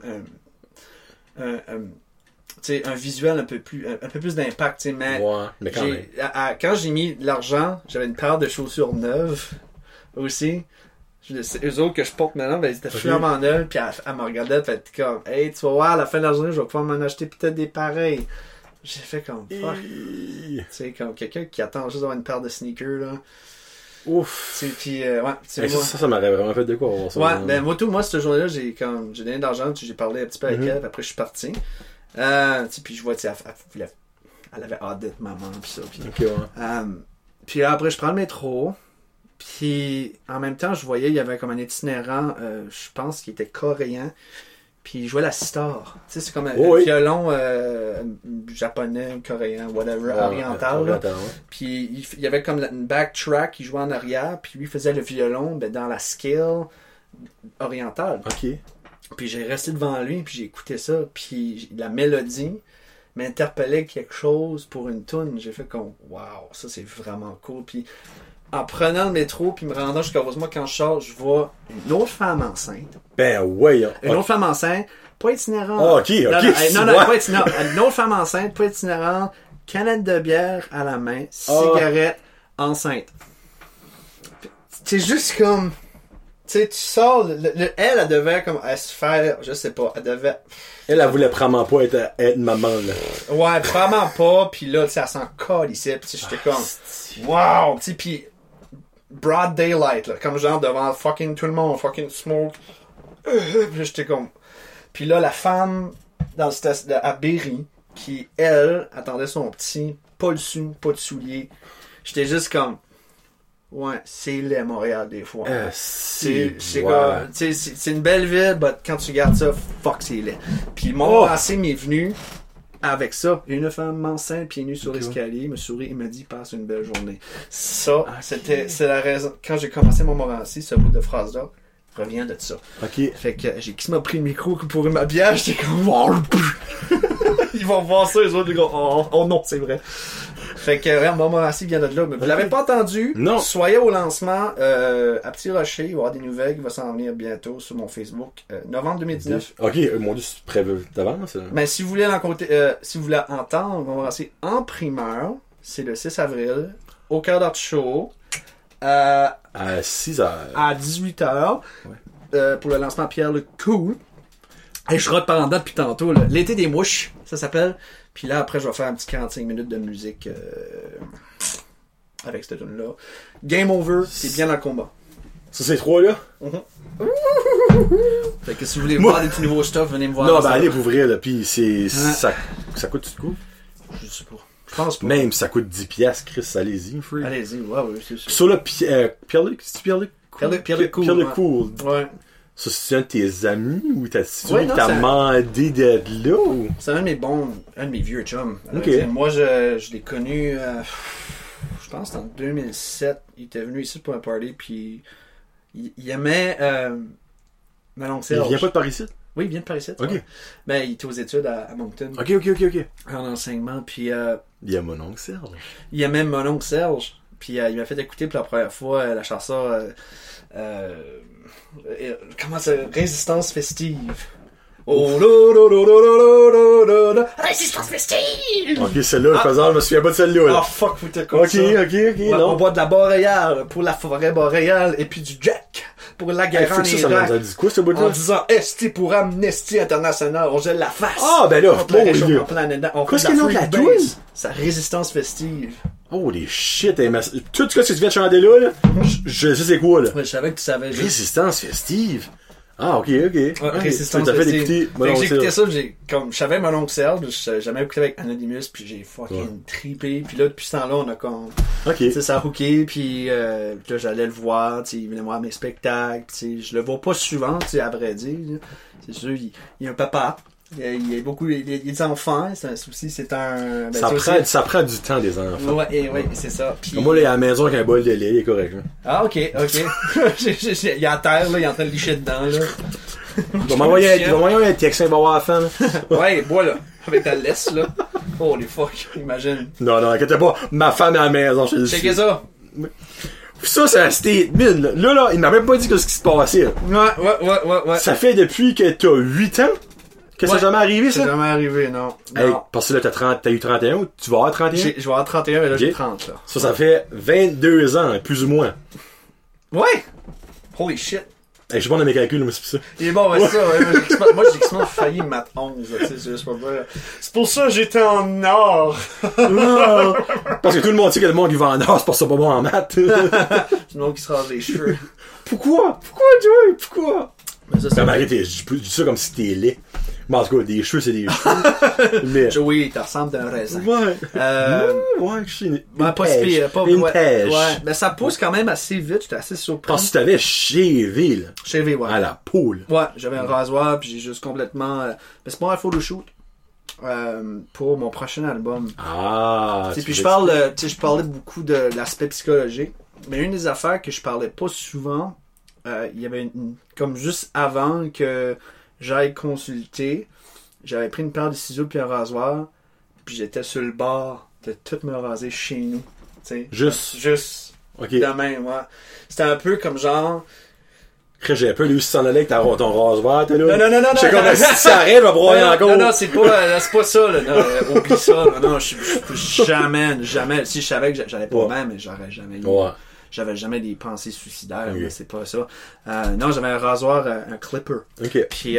un visuel un peu plus d'impact, mais quand même. Quand j'ai mis de l'argent, j'avais une paire de chaussures neuves aussi. Eux autres que je porte maintenant, ben, ils étaient vraiment neufs, puis elle me regardait, elle était comme, hey, tu vas voir, à la fin de la journée, je vais pouvoir m'en acheter peut-être des pareils. J'ai fait comme, fuck. Tu sais, comme quelqu'un qui attend juste d'avoir une paire de sneakers, là. Ouf. Puis, ça m'aurait vraiment fait de quoi avoir ça. Ouais, ben, moi, cette journée-là, j'ai donné de l'argent, j'ai parlé un petit peu avec elle, puis après, je suis parti. Puis je vois, tu sais, elle avait hâte d'être maman, puis ça. Puis après, je prends le métro. Puis, en même temps, je voyais, il y avait comme un itinérant, je pense qu'il était coréen, puis il jouait la sitar. Tu sais, c'est comme un violon japonais, coréen, whatever, oriental. Puis, il y avait comme une backtrack, il jouait en arrière, puis lui faisait le violon dans la scale orientale. Puis, j'ai resté devant lui, puis j'ai écouté ça, puis la mélodie m'interpellait quelque chose pour une toune. J'ai fait comme, wow, ça c'est vraiment cool. Puis, en prenant le métro puis me rendant jusqu'à Rosemont, quand je sors, je vois une autre femme enceinte. Ben ouais. Une autre femme enceinte, pas itinérante. Oh, ok. Non, pas itinérante. Une autre femme enceinte, pas itinérante, canette de bière à la main, cigarette, enceinte. C'est juste comme... Tu sais, tu sors, elle devait comme se faire, je sais pas, elle voulait vraiment pas être maman, là. Ouais, vraiment pas, pis là, tu sais, elle s'en colle ici, pis j'étais comme, wow, tu sais, pis broad daylight, là, comme genre devant fucking tout le monde, fucking smoke, pis j'étais comme, pis là, la femme à Berry, qui, elle, attendait son petit, pas le sou, pas de souliers, j'étais juste comme, Ouais, c'est laid, Montréal, des fois. C'est une belle ville, mais quand tu regardes ça, fuck, c'est laid. Puis Montmorency m'est venu avec ça. Une femme enceinte, pieds nus sur l'escalier, il me sourit, il m'a dit, passe une belle journée. Ça, c'est la raison. Quand j'ai commencé Montmorency, ce bout de phrase-là revient de ça. Ok. Fait que j'ai qui m'a pris le micro pour ma bière, j'étais comme, oh, ils vont voir ça, les autres, ils vont, oh non, c'est vrai. Fait que vraiment, Montmorency vient de là. Mais vous l'avez pas entendu? Non. Soyez au lancement à Petit Rocher. Il va y avoir des nouvelles qui vont s'en venir bientôt sur mon Facebook. Novembre 2019. Ok, mon Dieu, c'est prévu d'avance. Mais si vous voulez si vous voulez entendre Montmorency en primeur, c'est le 6 avril, au Cœur d'Artichaut. À 6h. À 18h. Ouais. Pour le lancement Pierre le Cool. Et je rote par en dedans depuis tantôt. Là. L'été des mouches, ça s'appelle. Puis là, après, je vais faire un petit 45 minutes de musique avec cette tune-là. Game over, c'est bien dans le combat. Ça, c'est 3 là? Fait que si vous voulez voir des petits nouveaux stuff, venez me voir. Non, ben allez vous ouvrir, là, pis c'est... Ça coûte du coup? Je sais pas. Je pense pas. Même si ça coûte 10$, Chris, allez-y, free. Allez-y, ouais, c'est sûr. Sur là, Pierre-Luc, c'est Pierre-Luc? Pierre-Luc Cool. Pierre-Luc Cool. Ouais. Ça, c'est un de tes amis ou t'as mandé d'être là? Ou? C'est un de mes vieux chums. Okay. Moi, je l'ai connu, je pense, en 2007. Il était venu ici pour un party, puis il aimait mon oncle Serge. Il vient pas de Paris-Ici? Oui, il vient de Paris-Ici. Ok. Ouais. Mais il était aux études à Moncton. Ok. En enseignement, puis... il y a mon oncle Serge. Il aimait mon oncle Serge, puis il m'a fait écouter pour la première fois la chanson... comment ça? Résistance festive. Oh, Résistance festive! Ok, celle-là, je me souviens pas de celle-là. Ah, fuck, vous t'es comme ça. Ok, non. On boit de la boréale pour la forêt boréale et puis du Jack pour la guerre en Irak. Ça dit quoi, ce bout-là? En disant ST pour Amnesty International, on gèle la face. Ah, ben là, bon, qu'est-ce qu'il y a de la douce? Sa résistance festive. Holy shit, tout ce que tu viens de chanter là, je sais c'est quoi, là. Ouais, je savais que tu savais. Résistance festive. Ah, ok. Résistance festive. J'ai écouté ça, je savais mon oncle Serge, j'ai jamais écouté avec Anonymous, puis j'ai fucking trippé. Puis là, depuis ce temps-là, on a comme... Ok. Ça a hooké, puis là, j'allais le voir, il venait voir mes spectacles, je le vois pas souvent, à vrai dire. C'est sûr, il y a un papa. Il y a beaucoup des enfants, c'est un... Ben, ça prend du temps, des enfants. Ouais, c'est ça. Puis... Moi, là, il est à la maison avec un bol de lait, il est correct. Hein. Ah, ok. Il est à terre, là, il est en train de licher dedans, là. Il va m'envoyer un texte, il va avoir la fin. Ouais, bois, là. Avec ta laisse, là. Holy fuck, imagine. Non, inquiète pas, ma femme est à la maison, je te dis. Checkez ça. Ça, c'est un statement, là. Là, il m'a même pas dit ce qui se passait. Ouais. Ça fait depuis que t'as 8 ans? Que ça n'est jamais arrivé, ça? C'est jamais arrivé, non. Hey, parce que là, t'as eu 31 ou tu vas avoir 31? Je vais avoir 31, mais là, j'ai 30, là. Ça fait 22 ans, plus ou moins. Ouais! Holy shit! Hey, je suis bon dans mes calculs, mais c'est pour ça. Il est bon, ouais, ça, ouais. Moi, j'ai quasiment failli maths 11, tu sais, c'est juste pas vrai. C'est pour ça que j'étais en or! Non! Parce que tout le monde sait que le monde qui va en or, c'est pour ça pas bon en maths. Tout le monde qui se rase les cheveux. Pourquoi, Joey? Pourquoi? Mais ça, c'est arrêtez, je dis ça comme si t'es laid. Mais en tout cas, des cheveux, c'est des cheveux. Mais... Joey, t'as ressemble d'un raisin. Ouais, je sais. Pas si pire, pas une pêche. Ouais, mais ça pousse quand même assez vite, j'étais assez surpris. Parce que tu t'avais chévé, là. Chévé, ouais. À la poule. Ouais, j'avais un rasoir, puis j'ai juste complètement... Mais c'est pas un photoshoot. Pour mon prochain album. Ah, puis je parlais beaucoup de l'aspect psychologique. Mais une des affaires que je parlais pas souvent, il y avait comme juste avant que j'aille consulter, j'avais pris une paire de ciseaux puis un rasoir, puis j'étais sur le bord de tout me raser chez nous. T'sais. Juste. Ok. De même, ouais. C'était un peu comme genre... J'ai un peu lu si t'en allais avec ton rasoir, t'es là. Non. Je sais comme si ça arrête, je vais broyer encore. Non, c'est pas ça, là. Non, oublie ça, là. Non, jamais. Si je savais que j'allais pas bien, mais j'aurais jamais eu. Ouais. J'avais jamais des pensées suicidaires, okay. Mais c'est pas ça. Non, j'avais un rasoir, un clipper. Ok. Puis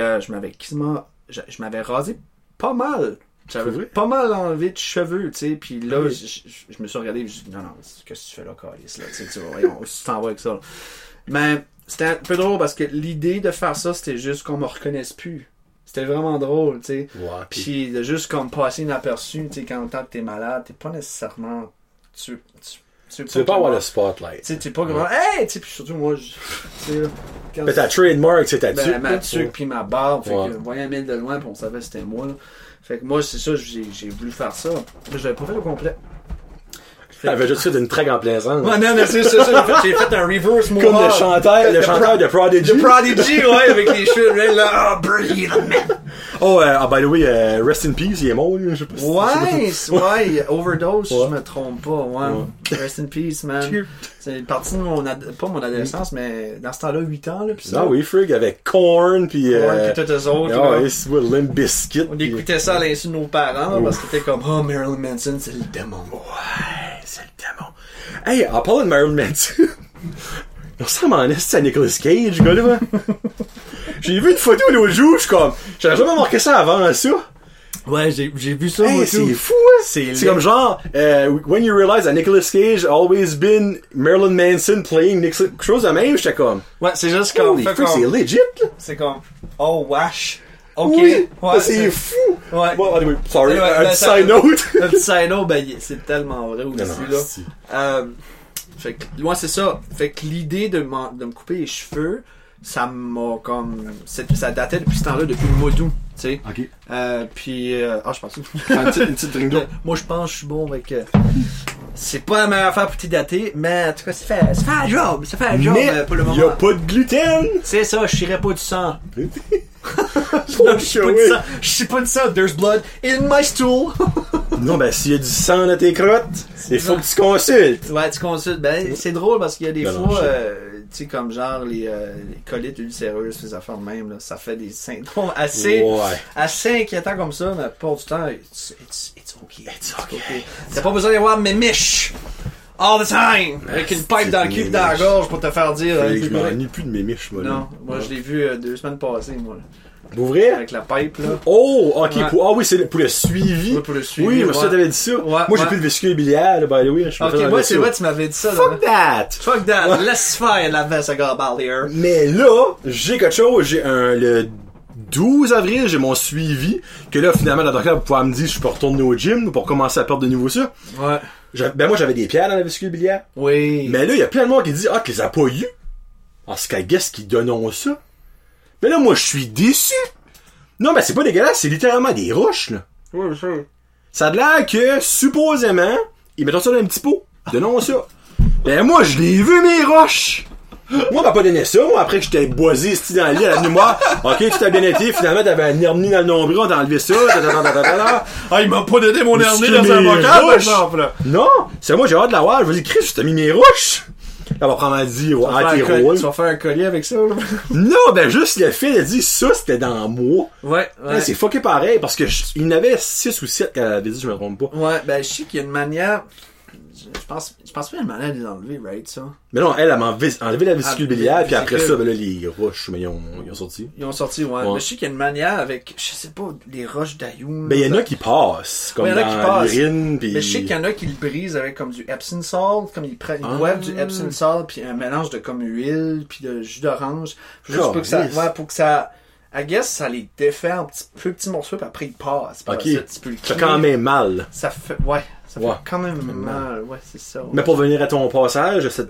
je m'avais rasé pas mal. J'avais pas mal enlevé de cheveux, tu sais. Puis là, je me suis regardé et je me suis dit, non, qu'est-ce que tu fais là, Carlis, là? Tu voyons, tu t'en vas avec ça, là. Mais c'était un peu drôle parce que l'idée de faire ça, c'était juste qu'on me reconnaisse plus. C'était vraiment drôle, tu sais. Ouais, puis de juste comme passer inaperçu, tu sais, quand tant que t'es malade, t'es pas nécessairement... Tu veux pas avoir le spotlight. Tu sais, t'es pas grand. Hey! Tu sais, puis surtout, moi, tu sais, là. Mais ta trademark, c'est ta tuque. Ma tuque pis ma barbe. Fait que, voyait un mille de loin, pis on savait que c'était moi, là. Fait que moi, c'est ça, j'ai voulu faire ça. Mais je l'avais pas fait au complet. T'avais juste fait une trague en plein sang. Ouais, non, c'est ça. J'ai fait un reverse mohawk. Comme le chanteur de Prodigy. The Prodigy, ouais, avec les cheveux, là, breathe, man. Oh, by the way, rest in peace, il est mort, je sais pas si ouais, overdose, si je me trompe pas, ouais. Rest in peace, man. C'est parti de pas mon adolescence, mais dans ce temps-là, 8 ans, là, pis ça. Ah oui, frig, avec Korn, pis tous eux autres, là. Ouais, c'est Limp Bizkit. On écoutait ça à l'insu de nos parents, parce que c'était comme, oh, Marilyn Manson, c'est le démon. Ouais, c'est le démon. Hey, en parlant de Marilyn Manson, il ressemble en est à Nicolas Cage, gars, là. J'ai vu une photo l'autre jour, je suis comme, j'avais jamais remarqué ça avant, ça. Ouais, j'ai vu ça, moi, c'est fou, hein? C'est comme genre, when you realize that Nicolas Cage always been Marilyn Manson playing quelque chose de même, j'étais comme. Ouais, c'est juste comme. C'est legit, là. C'est comme, oh, wesh. Ok. Oui, ouais, c'est fou. Ouais. Bon, anyway, sorry, un petit side note. Un petit side note, ben, c'est tellement vrai aussi, là. Fait que, ouais, c'est ça. Fait que l'idée de me couper les cheveux, ça m'a comme, ça datait depuis ce temps-là, depuis le mois d'août, tu sais. Ok. Puis, je pense que une petite drink d'eau. Moi, je pense que je suis bon avec, c'est pas la meilleure affaire pour t'y dater, mais en tout cas, ça fait un job. Ça fait un job pour le moment. Y'a pas de gluten! C'est ça, je chierais pas du sang. Non, je suis pas du sang. There's blood in my stool. Non, ben, s'il y a du sang dans tes crottes, il faut que tu consultes. Ouais, tu consultes. Ben, c'est drôle parce qu'il y a des fois, tu sais, comme genre les colites ulcéreuses, ces affaires de même, là, ça fait des symptômes assez inquiétants comme ça, mais pas du temps, it's okay. It's okay. T'as pas besoin d'y avoir mes miches all the time, avec une pipe dans le cul et dans la gorge pour te faire dire. Je m'en ennuie plus de mes miches, moi. Non, moi je l'ai vu 2 semaines passées, moi. Pour vrai? Avec la pipe, là. Oh, ok. Ouais. Oui, c'est pour le suivi. Ouais, pour le suivi. Oui, mais ça, t'avais dit ça. Ouais, moi, j'ai plus de vésicule biliaire, là, by the way. Ok, moi, c'est vrai, tu m'avais dit ça, Fuck that! Fuck that! Ouais. Laisse faire la veste à Garbalier. Mais là, j'ai quelque chose. J'ai le 12 avril, j'ai mon suivi. Que là, finalement, la docteur pouvoir me dire je peux retourner au gym pour commencer à perdre de nouveau ça. Ouais. Ben, moi, j'avais des pierres dans la vésicule biliaire. Oui. Mais là, il y a plein de monde qui dit tu les as pas eu. Alors, c'est qu'à guess qui donnent ça. Mais là, moi, je suis déçu. Non, mais c'est pas dégueulasse, c'est littéralement des roches, là. Oui, je sais. Ça a l'air que, supposément, ils mettent ça dans un petit pot. Donnons ça. Ben, moi, je l'ai vu, mes roches! Moi, on m'a pas donné ça. Moi, après que j'étais boisé, dans le lit à la nuit, moi, ok, tout a bien été. Finalement, t'avais un hernie dans le nombril, on t'a enlevé ça. Ah, il m'a pas donné mon hernie dans un bocal, par exemple. Non! C'est moi, j'ai hâte de l'avoir. Je me dis, Chris, je t'ai mis mes roches! Elle va prendre à dire, tu vas faire un collier avec ça, là? Non, ben, juste le fait, elle a dit, ça, c'était dans moi. Ouais. C'est fucké pareil, parce que il y en avait 6 ou 7 qu'elle avait dit, je me trompe pas. Ouais, ben, je sais qu'il y a une manière, je pense pas qu'il y a une manière de les enlever, right, ça? Mais non, elle m'a enlevé la vésicule biliaire, puis après ça, ben là, les roches, mais ils ont sorti. Ils ont sorti, ouais. Mais je sais qu'il y a une manière avec, je sais pas, les roches d'Ayoun. Ben, il y en a qui passent, comme dans l'urine, puis... Mais je sais qu'il y en a qui le brisent avec comme du Epsom salt, comme ils boivent du Epsom salt, puis un mélange de comme huile, puis de jus d'orange. Juste pour que ça, pour que ça... I guess, ça les défait en petits morceaux, puis après ils passent. Ok. Ça fait quand même mal. Ça fait, ça fait quand même mal, c'est ça. Mais pour venir à ton passage, ça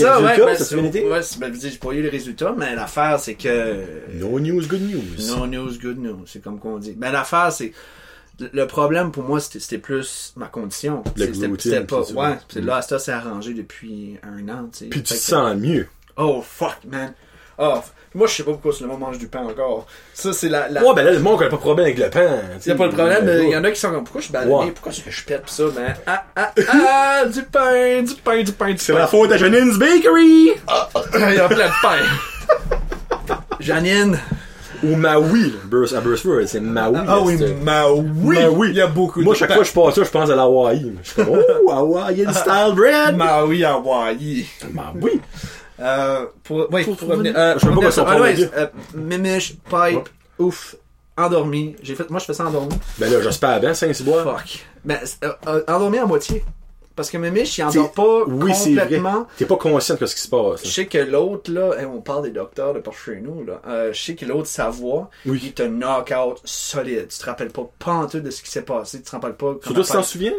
j'ai pas eu les résultats, mais l'affaire, c'est que... No news, good news. No news, good news, c'est comme qu'on dit. Mais l'affaire, c'est... Le problème pour moi, c'était plus ma condition. C'était pas... Ouais, là, ça s'est arrangé depuis 1 an, tu sais. Puis tu te sens mieux. Oh, fuck, man. Oh, moi, je sais pas pourquoi le monde mange du pain encore. Ça, c'est la... Ouais, ben là, le monde n'a pas de problème avec le pain. Il y a pas de problème, mais il y en a qui sont comme, pourquoi je suis ballonné? Pourquoi est-ce que je pète pis ça? Ben, du pain. C'est la faute à Janine's Bakery! Il y a plein de pain. Janine. Ou Maui, à Burstford, c'est Maui. Ah oui, Maui. Il y a beaucoup de moi, chaque fois que je passe ça, je pense à l'Hawaii. Je suis comme, oh, Hawaiian style bread! Maui, Hawaii. Maui. Pour revenir, je sais pas quoi ça mémiche, pipe, ouf, endormi. Moi, je fais ça endormi. Ben là, j'espère bien, 5-6 bois. Fuck. Ben, endormi à moitié. Parce que mémiche, il endort pas complètement. T'es pas conscient de ce qui se passe. Je sais que l'autre, là, on parle des docteurs de par chez nous, là. Je sais que l'autre, sa voix, il te knock out solide. Tu te rappelles pas pantoute de ce qui s'est passé. Tu te rappelles pas. Surtout si t'en souviens?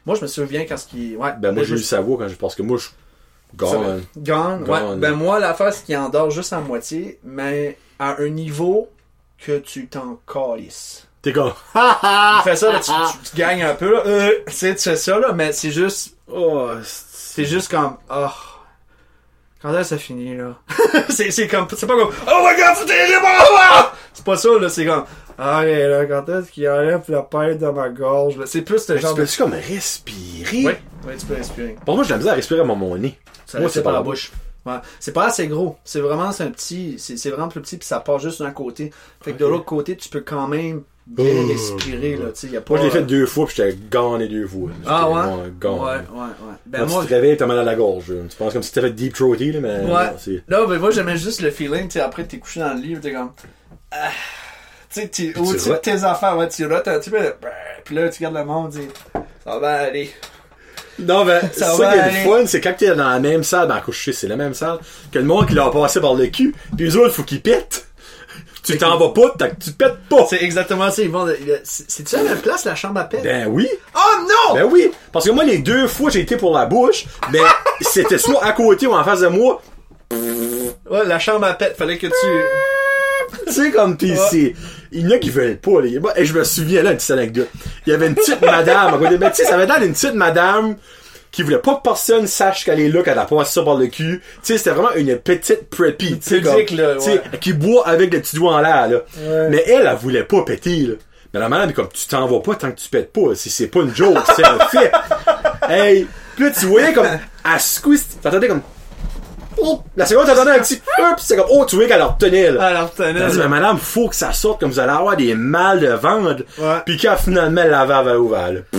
Moi, je me souviens quand ce qui... Ouais, ben, moi, j'ai eu sa voix quand je pense que moi, je... Gone, ouais. Ben, moi, l'affaire, c'est qu'il endort juste à moitié, mais à un niveau que tu t'en calisses. T'es comme... Tu fais ça, là, tu gagnes un peu, là. Tu sais, tu fais ça, là, mais c'est juste... Oh, c'est juste comme... Oh... Quand est-ce que ça finit, là? c'est comme... C'est pas comme... Oh my god, foutez-les moi! C'est pas ça, là, c'est comme... Ah, là, quand est-ce qu'il enlève la paille dans ma gorge? Là? C'est plus ce genre de... Tu peux comme respirer? Oui, tu peux respirer. Pour moi, j'ai la misère à respirer à mon nez. Moi, c'est par la bouche. Ouais. C'est pas assez gros. C'est vraiment, c'est un petit... C'est vraiment plus petit, puis ça part juste d'un côté. Fait que de l'autre côté, tu peux quand même... bien respirer, là, tu sais, y a pas... Moi, je l'ai fait 2 fois, pis j'étais gagné 2 fois. Ah ouais? Ouais. Ben, quand moi... tu te réveilles, t'as mal à la gorge. Tu penses comme si t'avais fait deep throaty, là, mais... Ouais. Non, mais moi, j'aimais juste le feeling, tu sais, après, t'es couché dans le lit, t'es comme... tu sais, t'es au-dessus de tes affaires, ouais, tu rotes un petit peu, pis là, tu regardes le monde, tu dis, ça va aller. Non, ben, ça qui est le fun, c'est quand t'es dans la même salle, ben, couché, c'est la même salle, que le monde qui l'a passé par le cul, pis les autres, faut qu'ils pètent. Tu t'en vas pas, tu te pètes pas. C'est exactement ça. C'est-tu à la même place, la chambre à pète? Ben oui. Oh non! Ben oui. Parce que moi, les 2 fois, j'ai été pour la bouche, mais c'était soit à côté ou en face de moi. Ouais, la chambre à pète, fallait que tu... Tu sais, comme pis c'est... Il y en a qui veulent pas, les gars. Et je me souviens, là, une petite anecdote. Il y avait une petite madame à côté. Ben, tu sais, ça avait l'air d'une petite madame qui voulait pas que personne sache qu'elle est là, qu'elle a passé ça par le cul. Tu sais, c'était vraiment une petite preppy. Tu sais, qui boit avec le petit doigt en l'air, là. Ouais. Mais elle voulait pas péter, là. Mais la madame, comme, tu t'en vas pas tant que tu pètes pas. C'est pas une joke, c'est un fait. Hey! Pis là, tu voyais comme, à squeeze, t'entendais comme, oh! La seconde, t'entendais un petit, pis c'est comme, oh, tu voyais qu'elle la retenait, là. Elle la retenait. Elle dit, mais madame, faut que ça sorte, comme vous allez avoir des mal de ventre. Ouais. Pis quand finalement, la valve a ouvert, là.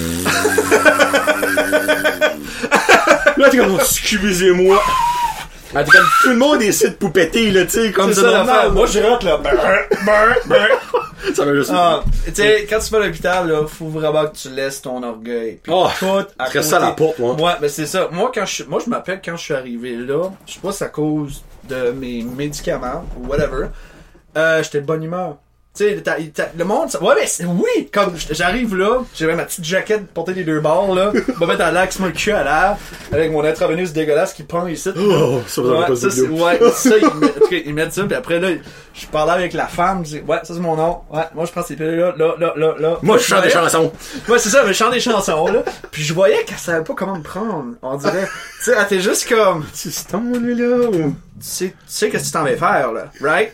Là, t'es comme, excusez-moi. Ah, t'es comme, tout le monde essaie de poupetter, là, tu sais, comme ça. Normal. Moi, je rentre, là. Ça m'a juste... tu sais, quand tu vas à l'hôpital, là, faut vraiment que tu laisses ton orgueil. Puis tout à côté. Ça à la porte, moi. Ouais, mais c'est ça. Moi, je m'appelle quand je suis arrivé là, je sais pas si c'est à cause de mes médicaments ou whatever, j'étais de bonne humeur. Tu sais, le monde, ouais, mais oui, comme j'arrive là, j'avais ma petite jaquette portée des 2 bords, là, je me mettre à l'axe, mon cul à l'air, avec mon intraveineuse dégueulasse qui prend ici. Oh, ça vous ouais, ça, ça, ils mettent ça, puis après, là, je parlais avec la femme, je dis, ouais, ça c'est mon nom, ouais, moi je prends ces pilules là. Moi, je chante des chansons. Ouais, c'est ça, mais je chante des chansons, là. Puis je voyais qu'elle savait pas comment me prendre, on dirait. Tu sais, elle était juste comme, tu stonnes, lui, là, ou... Tu sais qu'est-ce que tu t'en vas faire, là, right?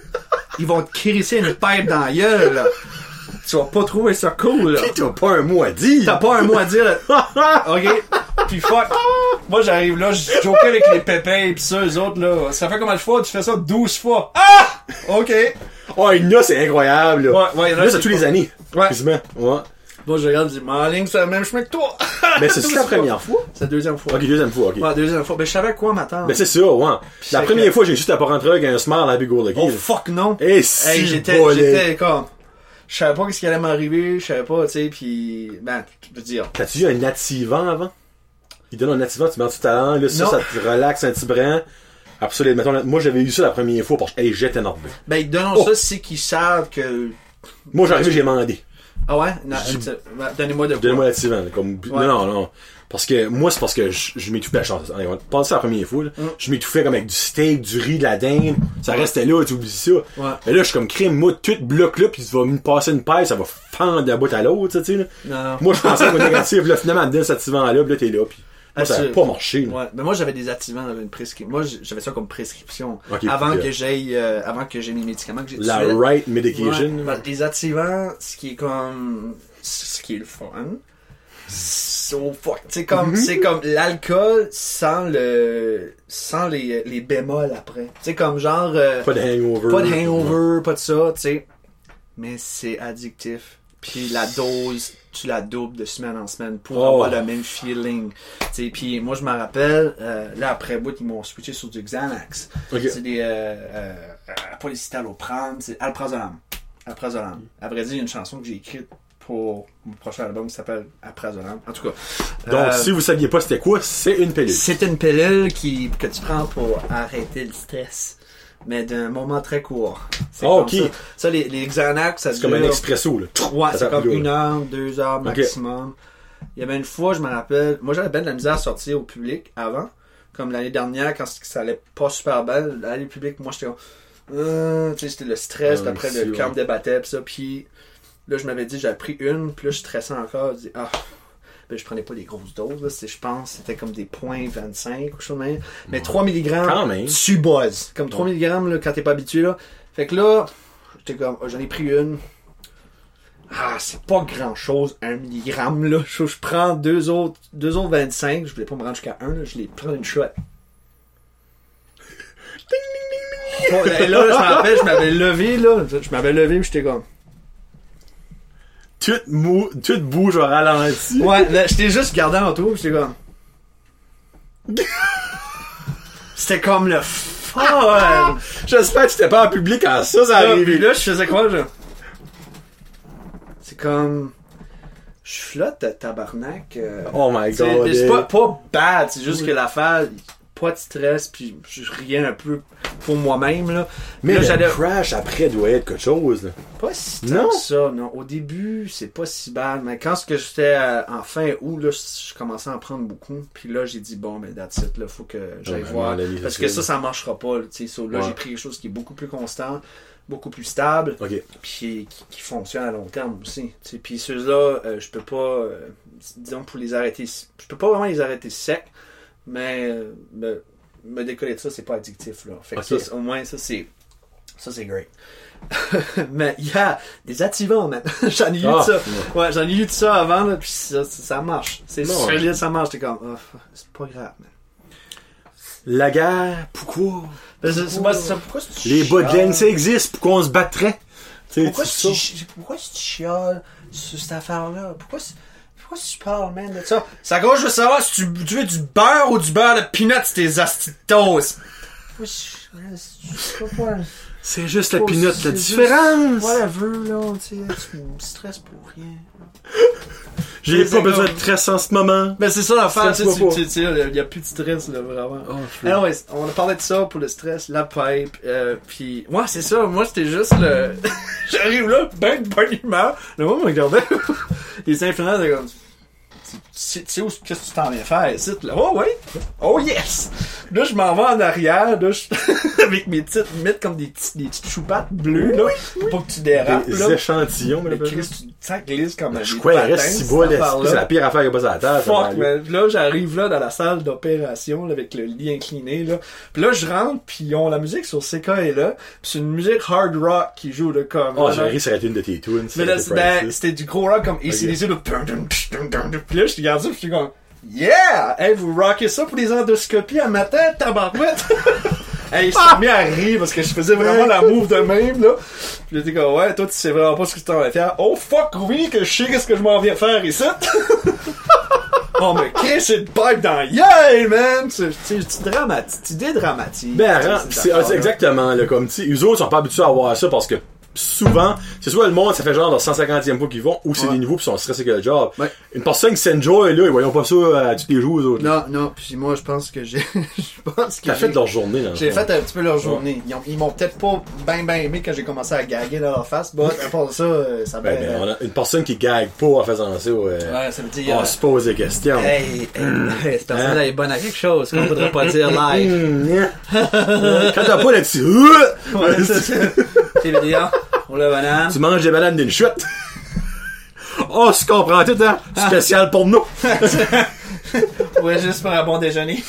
Ils vont te crisser une pipe dans la gueule, là. Tu vas pas trouver ça cool, là. Pis t'as pas un mot à dire. T'as pas un mot à dire, là. OK? Pis fuck. Moi, j'arrive là, je jokais avec les pépins pis ça, eux autres, là. Ça fait combien de fois? Tu fais ça 12 fois. Ah! OK. Oh, il y en a, c'est incroyable, là. Ouais, il y en a. Là, c'est tous les années. Ouais. Quasiment. Ouais. Moi, je regarde, je dis, ma ligne, c'est le même chemin que toi. Mais c'est la première fois? C'est la deuxième fois. Ok, deuxième fois, ok. Ouais, deuxième fois. Ben, je savais à quoi m'attendre. Ben, c'est ça, ouais. La première fois, j'ai juste à pas rentrer avec un smart à Big Lucky. Oh, fuck, non. Et si, hey, j'étais comme, je savais pas qu'est-ce qui allait m'arriver, je savais pas, tu sais, pis, ben, je veux dire. T'as-tu eu un nativant avant? Il donne un nativant, tu mets tout à l'heure, là, ça te relaxe un petit brin. Après ça, mettons, moi, j'avais eu ça la première fois parce que, hey, j'étais énorme. Ben, ils donnent ça, c'est qu'ils savent que... Moi, j'arrive, j'ai demandé. Ah ouais? Donnez-moi de quoi? Donnez-moi l'activant. Comme... Ouais. Non. Parce que, moi, c'est parce que je m'étouffais la chance. On va passer la première fois, là. Je m'étouffais comme avec du steak, du riz, de la dinde. Ça restait là, tu oublies ça. Ouais. Mais là, je suis comme crème, moi, tout bloc là, pis tu vas me passer une paille, ça va fendre d'un bout à l'autre, tu sais, là. Non. Moi, je pensais que mon négatif, là, finalement, me donne cet activant là, pis là, t'es là, pis. Moi, ça n'a pas marché. Ouais, mais moi j'avais des activants dans une prescription. Moi j'avais ça comme prescription. Okay, avant que j'ai mes médicaments que j'ai la right medication. Ouais, les activants, ce qui est le fun. So fuck. C'est comme l'alcool sans les bémols après. C'est comme genre pas de hangover. Pas de hangover, pas de ça, tu sais. Mais c'est addictif. Puis la dose, tu la doubles de semaine en semaine pour avoir le même feeling. T'sais, puis moi je me rappelle, là après bout ils m'ont switché sur du Xanax. Okay. C'est des pas les citalopram, c'est Alprazolam. À vrai dire, il y a une chanson que j'ai écrite pour mon prochain album qui s'appelle Alprazolam. En tout cas. Donc si vous saviez pas c'était quoi, c'est une pilule. C'est une pilule que tu prends pour arrêter le stress. Mais d'un moment très court. C'est comme ok. Ça les Xanax, ça c'est comme un expresso, là. Ouais, c'est comme 1 heure, 2 heures maximum. Il y avait une fois, je me rappelle, moi j'avais bien de la misère à sortir au public avant. Comme l'année dernière, quand ça allait pas super bien, aller au public, moi j'étais comme... tu sais, c'était le stress, puis après le camp débattait, pis ça, puis là je m'avais dit, j'avais pris une, puis là je stressais encore, je dis, ben, je prenais pas des grosses doses, là, je pense c'était comme des 0.25 ou chose de même. Mais 3 mg, tu buzzes. Comme 3 mg là, quand t'es pas habitué, là. Fait que là, j'étais comme, j'en ai pris une. C'est pas grand chose, 1 mg, là. Je prends deux autres 25, je voulais pas me rendre jusqu'à 1, là, je les prends une shot. Bon, et là, je me rappelle, je m'avais levé, puis j'étais comme... Tout bouge au ralenti. Ouais, là, j'étais juste gardé en tour, j'étais comme... C'était comme le fun! J'espère que tu t'étais pas en public quand ça arrive. Puis là, je faisais quoi, genre? C'est comme... Je flotte, tabarnak. Oh my god. C'est pas bad, c'est juste que l'affaire... Pas de stress, puis je riais un peu pour moi-même, là. Mais là, le crash après doit être quelque chose, là. Pas si tant que ça, non. Au début, c'est pas si bad, mais quand j'étais en fin août, là, je commençais à en prendre beaucoup, puis là, j'ai dit, bon, ben, that's it, là, faut que j'aille voir. Parce que ça marchera pas, tu sais. Là, j'ai pris quelque chose qui est beaucoup plus constant, beaucoup plus stable, puis qui fonctionne à long terme aussi. T'sais. Puis ceux-là, je peux pas, disons, pour les arrêter, je peux pas vraiment les arrêter secs, mais me décoller de ça, c'est pas addictif, là. Fait que ça, au moins, ça c'est great. Mais il y a des activants, man. J'en ai eu de ça. Ouais, j'en ai eu de ça avant, là, pis ça marche. C'est solide, ça marche. T'es comme, c'est pas grave, man. La guerre, pourquoi? Pourquoi les bas de laine, ça existe, pourquoi on se battrait? Pourquoi tu chiales sur cette affaire-là? Pourquoi tu parles, man, de ça? C'est à gauche, je veux savoir si tu veux du beurre ou du beurre de peanuts, tes astis de toast. C'est juste la peanut, la différence. Whatever, là, tu me stresses pour rien. J'ai pas besoin de stress en ce moment. Mais c'est ça l'affaire, tu sais, il y a plus de stress, là, vraiment. Anyways, on a parlé de ça pour le stress, la pipe, pis, ouais, c'est ça, moi, c'était juste le... J'arrive là, ben de bonne humeur. Le monde me regardait. Les influenceurs, c'est comme... Tu sais où qu'est-ce que tu t'en viens faire ici, là? Oh oui! Oh yes! Là, je m'en vais en arrière, là, avec mes petites mythes comme des petites choupattes bleues, là, pour pas que tu dérapes, des là. Échantillons, mais tu glisse comme je crois qu'il reste si bas, c'est la pire affaire qu'il y a pas à la table. Fuck, mais là, j'arrive là dans la salle d'opération, là, avec le lit incliné, là. Puis là, je rentre, puis ils ont la musique sur CK est là, puis c'est une musique hard rock qui joue, là, comme... j'ai ri, ça aurait été une de tes tunes. Mais là, c'était du gros rock comme AC/DC, là. Puis là, je te regarde ça, puis je suis comme... Yeah! Hey, vous rockez ça pour les endoscopies à matin, tabarouette! Hey, il s'est mis à rire parce que je faisais vraiment la move de même, là. Puis j'étais comme, ouais, toi, tu sais vraiment pas ce que tu t'en vas faire. Oh, fuck, oui, que je sais qu'est-ce que je m'en viens faire ici! Oh, mais Chris, c'est de pipe dans yeah, man! Tu dédramatises. Ben, c'est exactement, là, comme, tu sais, eux autres sont pas habitués à voir ça parce que souvent, c'est soit le monde, ça fait genre leur 150e fois qu'ils vont, ou c'est des nouveaux pis ils sont stressés que le job. Ouais. Une personne qui s'enjoy, là, ils voyons pas ça tous les jours, eux autres. Non, puis moi, je pense que T'as fait leur journée, là. J'ai fait un petit peu leur journée. Ils m'ont peut-être pas ben aimé quand j'ai commencé à gaguer dans leur face, but à part ça, ça ben, on a une personne qui gague pas en faisant ça, ouais, ça veut dire... On se pose des questions. Cette personne-là est bonne à quelque chose, qu'on voudrait pas dire live. Quand t'as pas là-dessus, c'est vidéo. Pour la banane. Tu manges des bananes d'une chute. Oh, tu comprends tout, hein? Spécial pour nous. Ouais, juste pour un bon déjeuner.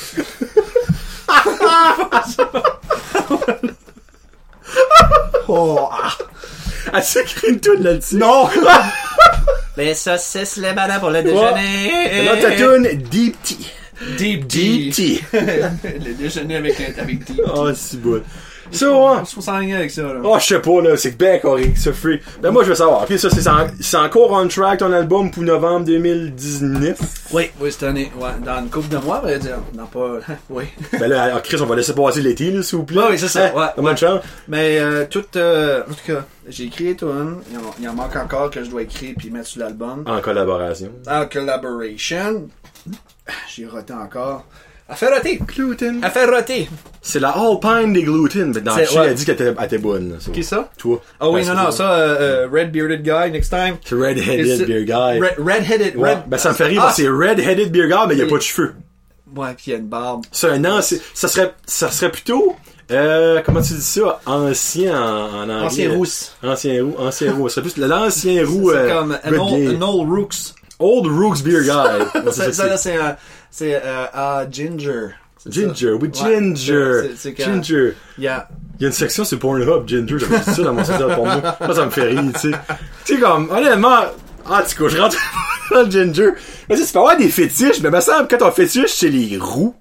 Oh. As-tu écrit une toune là-dessus? Non! Les saucisses, les bananes pour le déjeuner. Là, ta toune, Deep Tea. Deep Tea. Le déjeuner avec Deep. Oh, c'est beau. Ça, ouais. On se s'enligner avec ça, là. Oh, je sais pas, là. C'est bien correct, ça, free. Ben, moi, je veux savoir. Puis ça, c'est encore on track, ton album, pour novembre 2019. Oui, cette année. Ouais, dans une couple de mois, on va dire. Non, pas, oui. Ben là, alors, Chris, on va laisser passer l'été, là, s'il vous plaît. Oui, c'est ça. Ouais. Bonne chance. Mais, en tout cas, j'ai écrit tout, il en manque encore que je dois écrire puis mettre sur l'album. En collaboration. En collaboration. J'ai roté encore. Elle fait roter. Gluten. Elle fait roter. C'est la Alpine des gluten. Mais dans le chien, elle dit qu'elle était bonne. Qui ça? Toi. Ah oui, non, ça, Red Bearded Guy, next time. C'est Red-Headed Beer Guy. Red-Headed. Ouais. Ben, ça me fait rire parce que c'est Red-Headed Beer Guy, mais il n'y a pas de cheveux. Ouais, pis il y a une barbe. Ça, non, ça serait plutôt, comment tu dis ça? Ancien en anglais. Ancien rousse. Ancien roux. Ça serait plus l'ancien roux. C'est comme an old Rooks. Old Rooks Beer Guy. Ça là, c'est Ginger. Ginger, oui, Ginger. Ginger. Il y a une section sur Pornhub, Ginger. J'avais dit ça dans mon site de porno. Moi, ça me fait rire, tu sais. Tu sais, comme, honnêtement, tu sais, je rentre dans le Ginger. Mais tu peux avoir des fétiches, mais il me semble que quand ton fétiche, c'est les roux.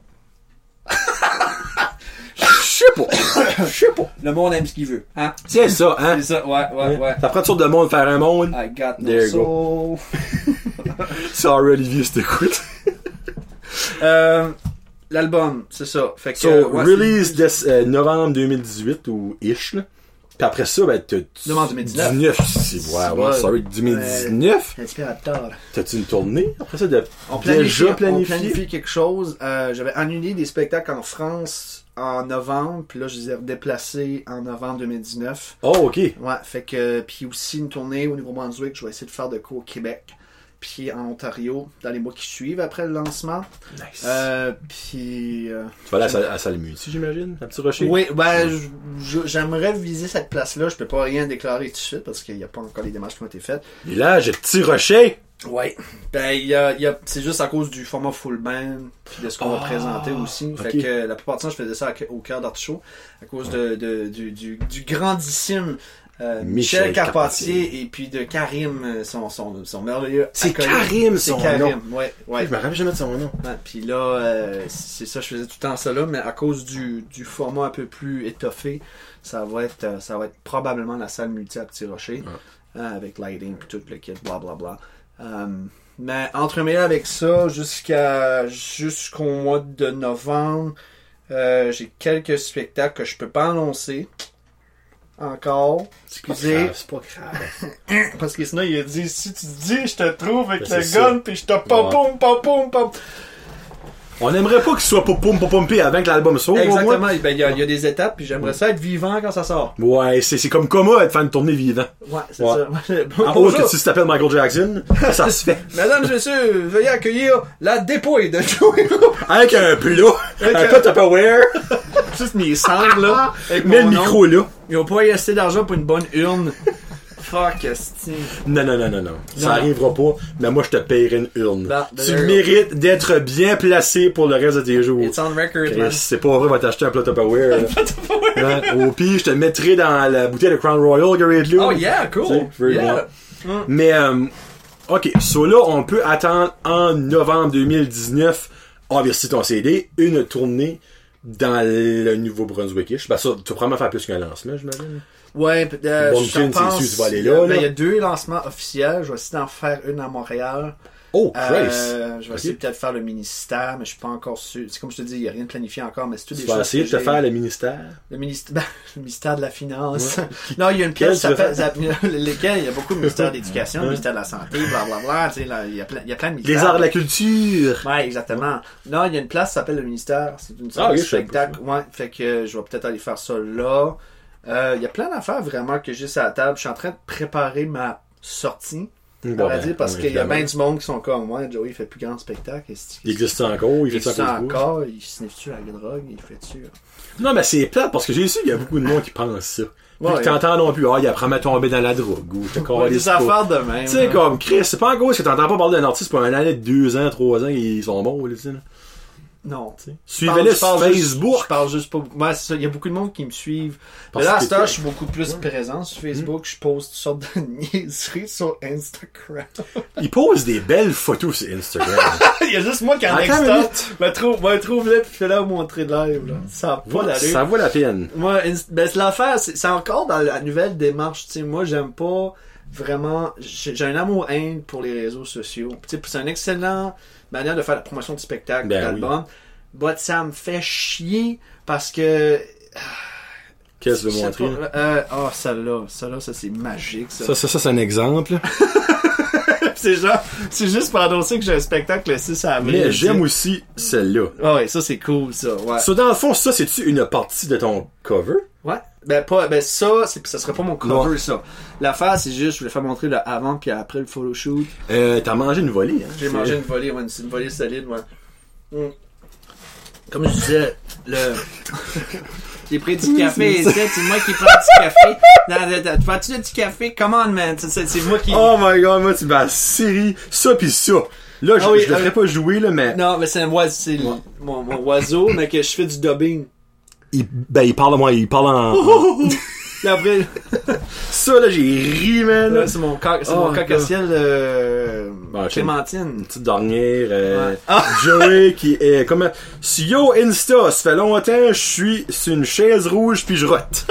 Je sais pas. Le monde aime ce qu'il veut, hein? C'est ça, hein? C'est ça, ouais. Ça prend une sorte de monde faire un monde. I got no soul. Sorry, Olivier, si t'écoutes. L'album, c'est ça. Fait que, release de novembre 2018 ou ish, là. Puis après ça, ben, novembre 2019. 2019. Inspirateur. T'as-tu une tournée après ça on planifie quelque chose. J'avais annulé des spectacles en France en novembre, puis là, je les ai redéplacés en novembre 2019. Oh, ok. Ouais, fait que, puis aussi une tournée au Nouveau-Brunswick, je vais essayer de faire de quoi au Québec. Puis en Ontario, dans les mois qui suivent après le lancement. Nice. Puis... tu vas aller à Salle-Multi, j'imagine? Un petit rocher? Oui, ben, j'aimerais viser cette place-là. Je peux pas rien déclarer tout de suite parce qu'il n'y a pas encore les démarches qui ont été faites. Et là, j'ai Petit Rocher! Oui. Ben, c'est juste à cause du format full band puis de ce qu'on va présenter aussi. Fait que la plupart du temps, je faisais ça au Cœur d'Artichaut à cause du grandissime Michel Carpentier et puis de Karim, son merveilleux. C'est Karim, son nom. Ouais. Je me rappelle jamais de son nom. Ouais, puis là, c'est ça, je faisais tout le temps ça là, mais à cause du format un peu plus étoffé, ça va être probablement la salle multi à Petit Rocher, avec lighting puis tout le kit, blablabla. Mais entremêlé avec ça, jusqu'au mois de novembre, j'ai quelques spectacles que je peux pas annoncer. Encore. Excusez. C'est pas grave. Parce que sinon, il a dit, si tu dis, je te trouve avec le gun, pis je te pom. On aimerait pas qu'il soit pompé avant que l'album sorte. Exactement. Ben, il y a des étapes, puis j'aimerais ça être vivant quand ça sort. Ouais, c'est comme Coma, être faire une tournée vivant. Ouais, c'est ça. En haut, que tu t'appelles Michael Jackson, ça se fait. Mesdames et messieurs, veuillez accueillir la dépouille de Joey. Avec un plat, un plat Tupperware. Juste mes sangles, là. Mets le micro, là. Ils vont pas y assez d'argent pour une bonne urne. Fuck, esti. Non. Ça arrivera pas, mais moi, je te paierai une urne. Tu mérites d'être bien placé pour le reste de tes jours. It's on record, man. C'est pas vrai, on va t'acheter un plat Tupperware. Au pire, je te mettrai dans la bouteille de Crown Royal, Garrett Lou. Oh yeah, cool. Yeah. Mais, ok, so là, on peut attendre en novembre 2019, si ton CD, une tournée dans le Nouveau-Brunswickish. Ben ça, tu vas probablement faire plus qu'un lancement, j'imagine. Ouais, je pense. Tu vas aller là. Il y a 2 lancements officiels. Je vais essayer d'en faire une à Montréal. Oh, Christ! Je vais essayer peut-être faire le ministère, mais je suis pas encore sûr. C'est comme je te dis, il n'y a rien de planifié encore, mais c'est tout des choses. Tu vas essayer de te faire le ministère? Le ministère de la Finance. Ouais. Non, il y a une pièce, lesquels il y a beaucoup de ministères d'éducation, le ministère de la Santé, blablabla, tu sais, il y a plein de ministères. Les arts de la culture! Ouais, exactement. Non, il y a une place qui s'appelle le ministère. C'est une sorte de spectacle. Ouais, fait que je vais peut-être aller faire ça là. Il y a plein d'affaires vraiment que j'ai sur la table. Je suis en train de préparer ma sortie. Parce qu'il y a bien du monde qui sont comme moi. Joey, il fait plus grand spectacle. Il existe encore? Il fait encore. Il sniffe-tu la drogue? Il fait-tu? Non, mais c'est plate parce que j'ai su qu'il y a beaucoup de monde qui pense ça. Puis que t'entends non plus, il apprend à tomber dans la drogue. Ou des affaires de même. Tu sais, comme Chris, c'est pas en gros que t'entends pas parler d'un artiste pour un année de 2 ans, 3 ans, ils sont bons, là, tu sais. Non. Suivez-les sur Facebook. Je parle juste pas. Ouais, c'est ça. Il y a beaucoup de monde qui me suivent. Mais là, à ce temps, je suis beaucoup plus présent sur Facebook. Je poste toutes sortes de niaiseries sur Instagram. Ils posent des belles photos sur Instagram. Il y a juste moi qui en extase. Trouve-le puis fais-le montrer de live. Là. Ça vaut l'allure. Ça vaut la peine. Moi, l'affaire, c'est encore dans la nouvelle démarche. T'sais, moi, j'aime pas vraiment. J'ai un amour-haine pour les réseaux sociaux. T'sais, c'est une excellente manière de faire la promotion du spectacle, d'album. But ça me fait chier parce que. Qu'est-ce que tu veux montrer? Celle-là, ça c'est magique. Ça c'est un exemple. c'est genre, c'est juste pour annoncer que j'ai un spectacle le 6 avril. Mais j'aime aussi celle-là. Ah ouais, ça c'est cool, ça, ouais. Ça, dans le fond, ça, c'est-tu une partie de ton cover? Ouais. Ben ça, ça serait pas mon cover, ouais. Ça. L'affaire, c'est juste, je voulais faire montrer le avant puis après le photoshoot. T'as mangé une volée, hein? J'ai mangé une volée, ouais, c'est une volée solide, ouais. Comme je disais, j'ai pris du café, c'est moi qui prends du café. Tu prends-tu du café? Come on, man. C'est moi qui... Oh my god, moi, tu m'as série. Ça pis ça. Là, je le ferais pas jouer, là, mais... Non, mais c'est un oiseau, c'est mon oiseau, mais que je fais du dubbing. Il parle en... Et après... Ça, là, j'ai ri, man. Là, c'est mon coq-à-ciel Clémentine. Une petite dernière. Joey qui est comme... Yo, Insta, ça fait longtemps, je suis sur une chaise rouge pis je rote.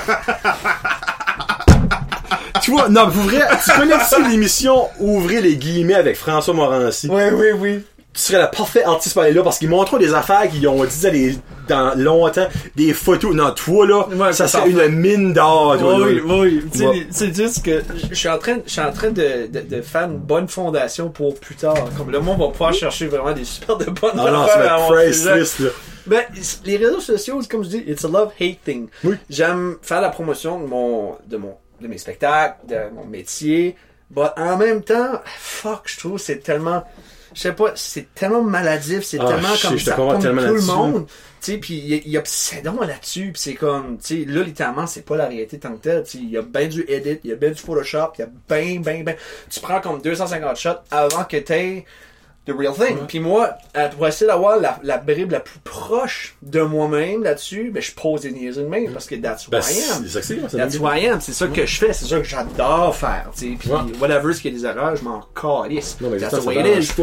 Tu vois, non, pour vrai, tu connais-tu l'émission Ouvrez les guillemets avec François Morancy? Oui. Tu serais le parfait artiste pour aller là parce qu'ils montrent des affaires qu'ils ont dit dans longtemps, des photos. Non, toi là, ouais, ça serait une mine d'or. Oui. C'est juste que je suis en train de faire une bonne fondation pour plus tard. Comme le monde va pouvoir chercher vraiment des super de bonnes affaires. Non, c'est priceless là. Ben, les réseaux sociaux, comme je dis, it's a love-hate thing. Oui. J'aime faire la promotion de mes spectacles, de mon métier. Mais en même temps, je trouve c'est tellement... Je sais pas, c'est tellement maladif, c'est tellement comme ça pomme tout le monde. Tu sais, puis il y a obsédant là-dessus, puis c'est comme, tu sais, là, littéralement, c'est pas la réalité tant que telle. Tu sais, il y a ben du edit, il y a ben du Photoshop, il y a ben. Tu prends comme 250 shots avant que t'aies the real thing. Puis moi, pour essayer d'avoir la bribe la plus proche de moi-même là-dessus, ben je pose des niaiseries de même parce que that's who I am. That's who I am. C'est ça que je fais, c'est ça que j'adore faire. Tu sais, puis whatever ce qu'il y a des erreurs, je m'en calisse. That's the way it is.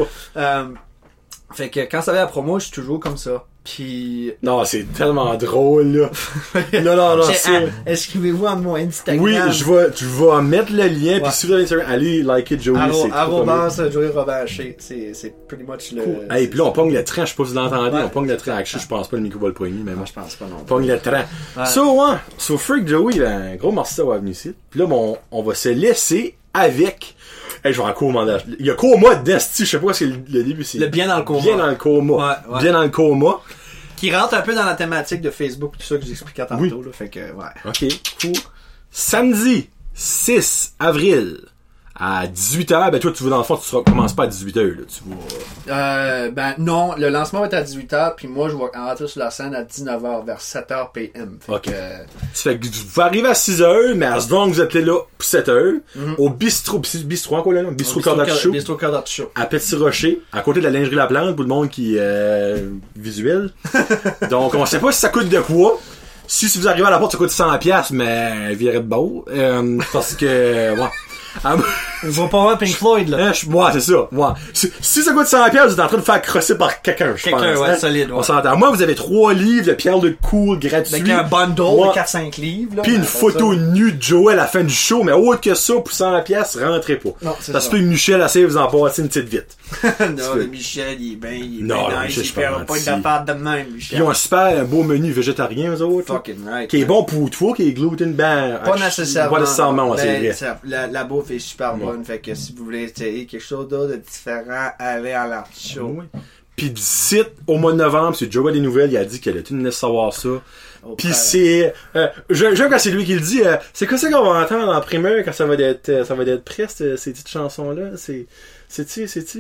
Fait que quand ça va à la promo, je suis toujours comme ça. Puis... Non, c'est tellement drôle, là. non, c'est... Inscrivez-vous à mon Instagram. Oui, tu vas mettre le lien, puis si vous avez Instagram, allez liker Joey. Joey Robert-Haché. C'est pretty much le... Cool. Hey, puis là, on pogne le train, je sais pas si vous l'entendez, on pogne le train. Je pense pas le micro va le poigner, mais moi, je pense pas non plus. On pogne le train. So, Freak Joey, ben, gros merci d'avoir venu ici. Puis là, on va se laisser avec... Hey, je vais en coma. Il y a coma dedans, je sais pas si le début c'est. Le bien dans le coma. Bien dans le coma. Ouais. Bien dans le coma. Qui rentre un peu dans la thématique de Facebook, tout ça que j'expliquais tantôt, là. Fait que, ouais. Ok, cool. Samedi, 6 avril, à 18h, ben toi, tu vas dans le fond, tu commences pas à 18h, là, tu vas... Ben non, le lancement va être à 18h, puis moi, je vais rentrer sur la scène à 19h, vers 7h PM. Fait que... Ça fait que vous pouvez arriver à 6h, mais à ce moment que vous êtes là pour 7h, au bistrot encore là, bistrot Cordate Bistrot Cordate Show. À Petit Rocher, à côté de la lingerie La Plante, pour le monde qui est visuel. Donc, on sait pas si ça coûte de quoi. Si vous arrivez à la porte, ça coûte 100$, mais virez de beau. Parce que, ouais. On va pas voir Pink Floyd, là. Ouais, c'est ça. Ouais. Si ça coûte 100$, vous êtes en train de faire crosser par quelqu'un, je pense. Ouais, solide, ouais. On s'entend. Moi, vous avez 3 livres de Pierre de Cool gratuits. Avec un bundle de 4-5 livres, là. Puis une photo nue de Joey à la fin du show, mais autre que ça, pour 100$, rentrez pas. Non, c'est ça. Michel, essayez de vous en passer une petite vite. Non, le Michel, il est bien nice. Il fait pas de part de même, Michel. Ils ont un beau menu végétarien, eux autres. Fucking right. Qui est bon pour toi, qui est gluten ban. Pas nécessairement. C'est vrai. La bouffe est super bonne. Fait que si vous voulez essayer quelque chose d'autre de différent, allez à l'artichaut. Oui. Puis d'ici au mois de novembre, c'est Joey des Nouvelles, il a dit qu'elle a tout laissé savoir ça. Puis c'est... j'aime quand c'est lui qui le dit, c'est quoi ça qu'on va entendre en primeur quand ça va être prêt, ces petites chansons-là? C'est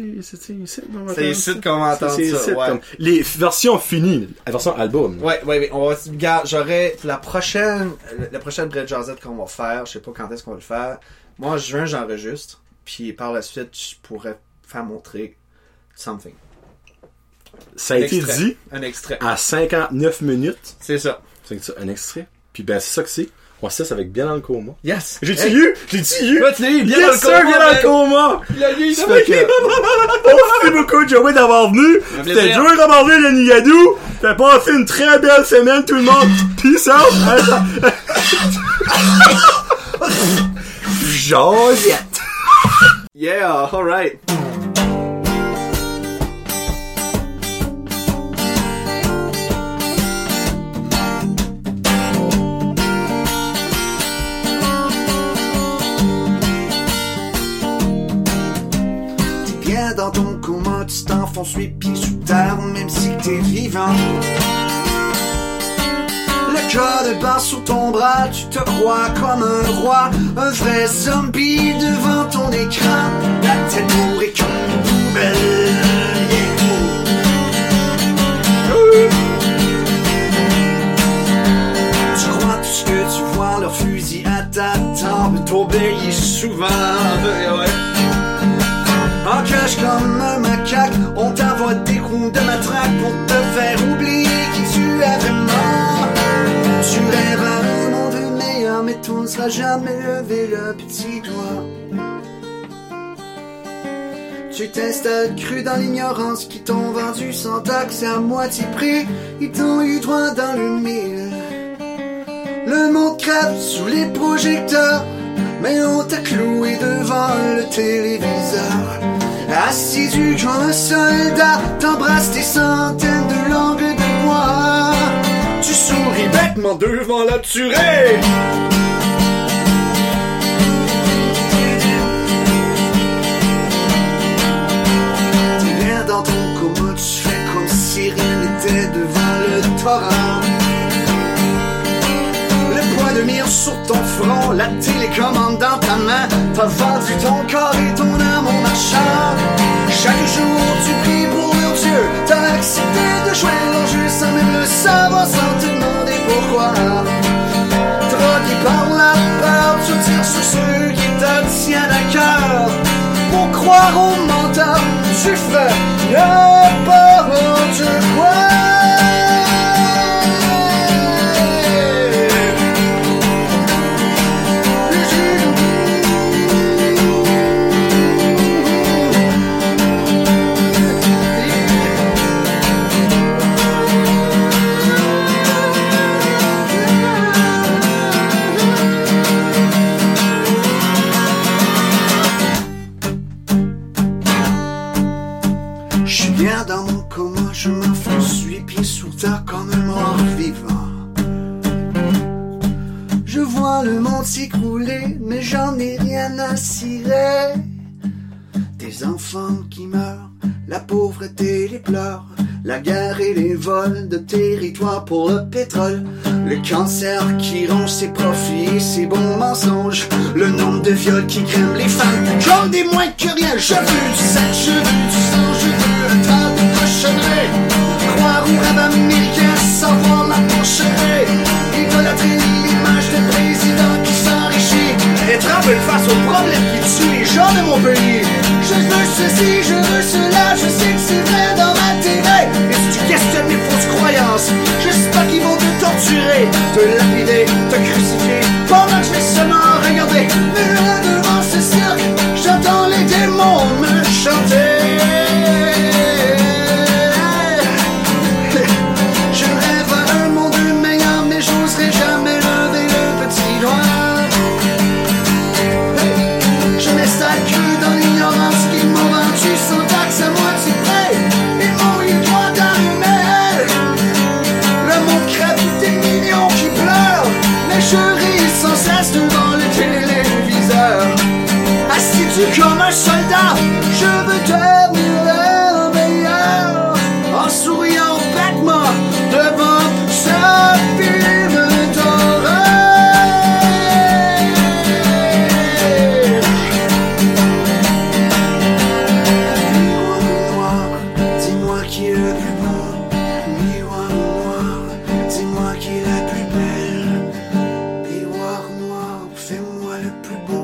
ici qu'on va entendre ça, ouais. Comme les versions finies, la version album. Ouais. On va, regarde, j'aurai la prochaine Brett Jazette qu'on va faire, je sais pas quand est-ce qu'on va le faire. Moi, en juin, j'enregistre, puis par la suite, je pourrais faire montrer something. Ça a été dit un extrait. À 59 minutes. C'est ça. C'est ça, un extrait. Puis ben, c'est ça que c'est. On se laisse avec Bien dans le coma. Yes! J'ai-tu eu? Ouais, tu l'as eu, Bien dans le coma! Bien dans le coma! Il a eu, Merci beaucoup, Joey, d'avoir venu. C'était Joey Robardé de Nigadou. T'as passé une très belle semaine, tout le monde. Peace out! Josette! Yeah, alright. m'enfonce les pieds sous terre, même si t'es vivant. Le cœur de barre sur ton bras, tu te crois comme un roi, un vrai zombie devant ton écran, la tête bourrée comme une poubelle. Tu crois tout ce que tu vois, leur fusil à ta tempe, t'obéis souvent. En cache comme un macaque, on t'envoie des coups de matraque pour te faire oublier qui tu es vraiment. Tu rêves à un monde meilleur, mais tu ne seras jamais levé le petit doigt. Tu t'installes cru dans l'ignorance, qui t'ont vendu sans taxe à moitié prix, ils t'ont eu droit dans le mille. Le monde crève sous les projecteurs, mais on t'a cloué devant le téléviseur. Assidu comme un soldat, t'embrasses des centaines de langues de mois. Tu souris bêtement devant la tuerie. T'es bien dans ton coma, tu fais comme si rien n'était devant le torrent. Le poids de mire sur ton front, la télécommande dans ta main. T'as vendu ton corps et ton âme au marchand. Chaque jour tu pries pour leur Dieu, t'as accepté de jouer leur jeu sans même le savoir, sans te demander pourquoi. Drogué par la peur, tu tires sur ceux qui te tiennent à cœur. Pour croire aux menteurs, tu fais n'importe quoi. Dans mon coma, je m'enfonce les pieds sous terre comme un mort vivant. Je vois le monde s'écrouler, mais j'en ai rien à cirer. Des enfants qui meurent, la pauvreté, les pleurs, la guerre et les vols de territoire pour le pétrole, le cancer qui ronge ses profits et ses bons mensonges, le nombre de viols qui crèment les femmes comme des moins que rien. Je veux du sexe, je veux du sang, je veux un tas de cochonneries. Croire au rêve américain sans voir la porcherie, idolâtrer l'image de président qui s'enrichit, être aveugle face aux problèmes qui tuent les gens de mon pays. Je veux ceci, je veux cela, je sais que c'est vrai dans ma télé. Et si tu questionnes mes fausses croyances, j'espère qu'ils vont te torturer, te lapider, te crucifier, pendant que je vais seulement regarder. Mais là devant ce cirque, j'entends les démons me chanter. Je rêve à un monde meilleur, mais j'oserai jamais lever le petit doigt. Je m'installe cru dans l'ignorance qu'ils m'ont vendu sans taxe à moitié près. Ils m'ont eu droit dans le mail. Le monde crève des millions qui pleurent, mais je ris sans cesse devant le téléviseur. Assidu comme un soldat, je veux devenir le meilleur, en souriant bêtement devant ce film d'horreur. Miroir noir, dis-moi qui est le plus beau. Miroir noir, dis-moi qui est la plus belle. Miroir noir, fais-moi le plus beau.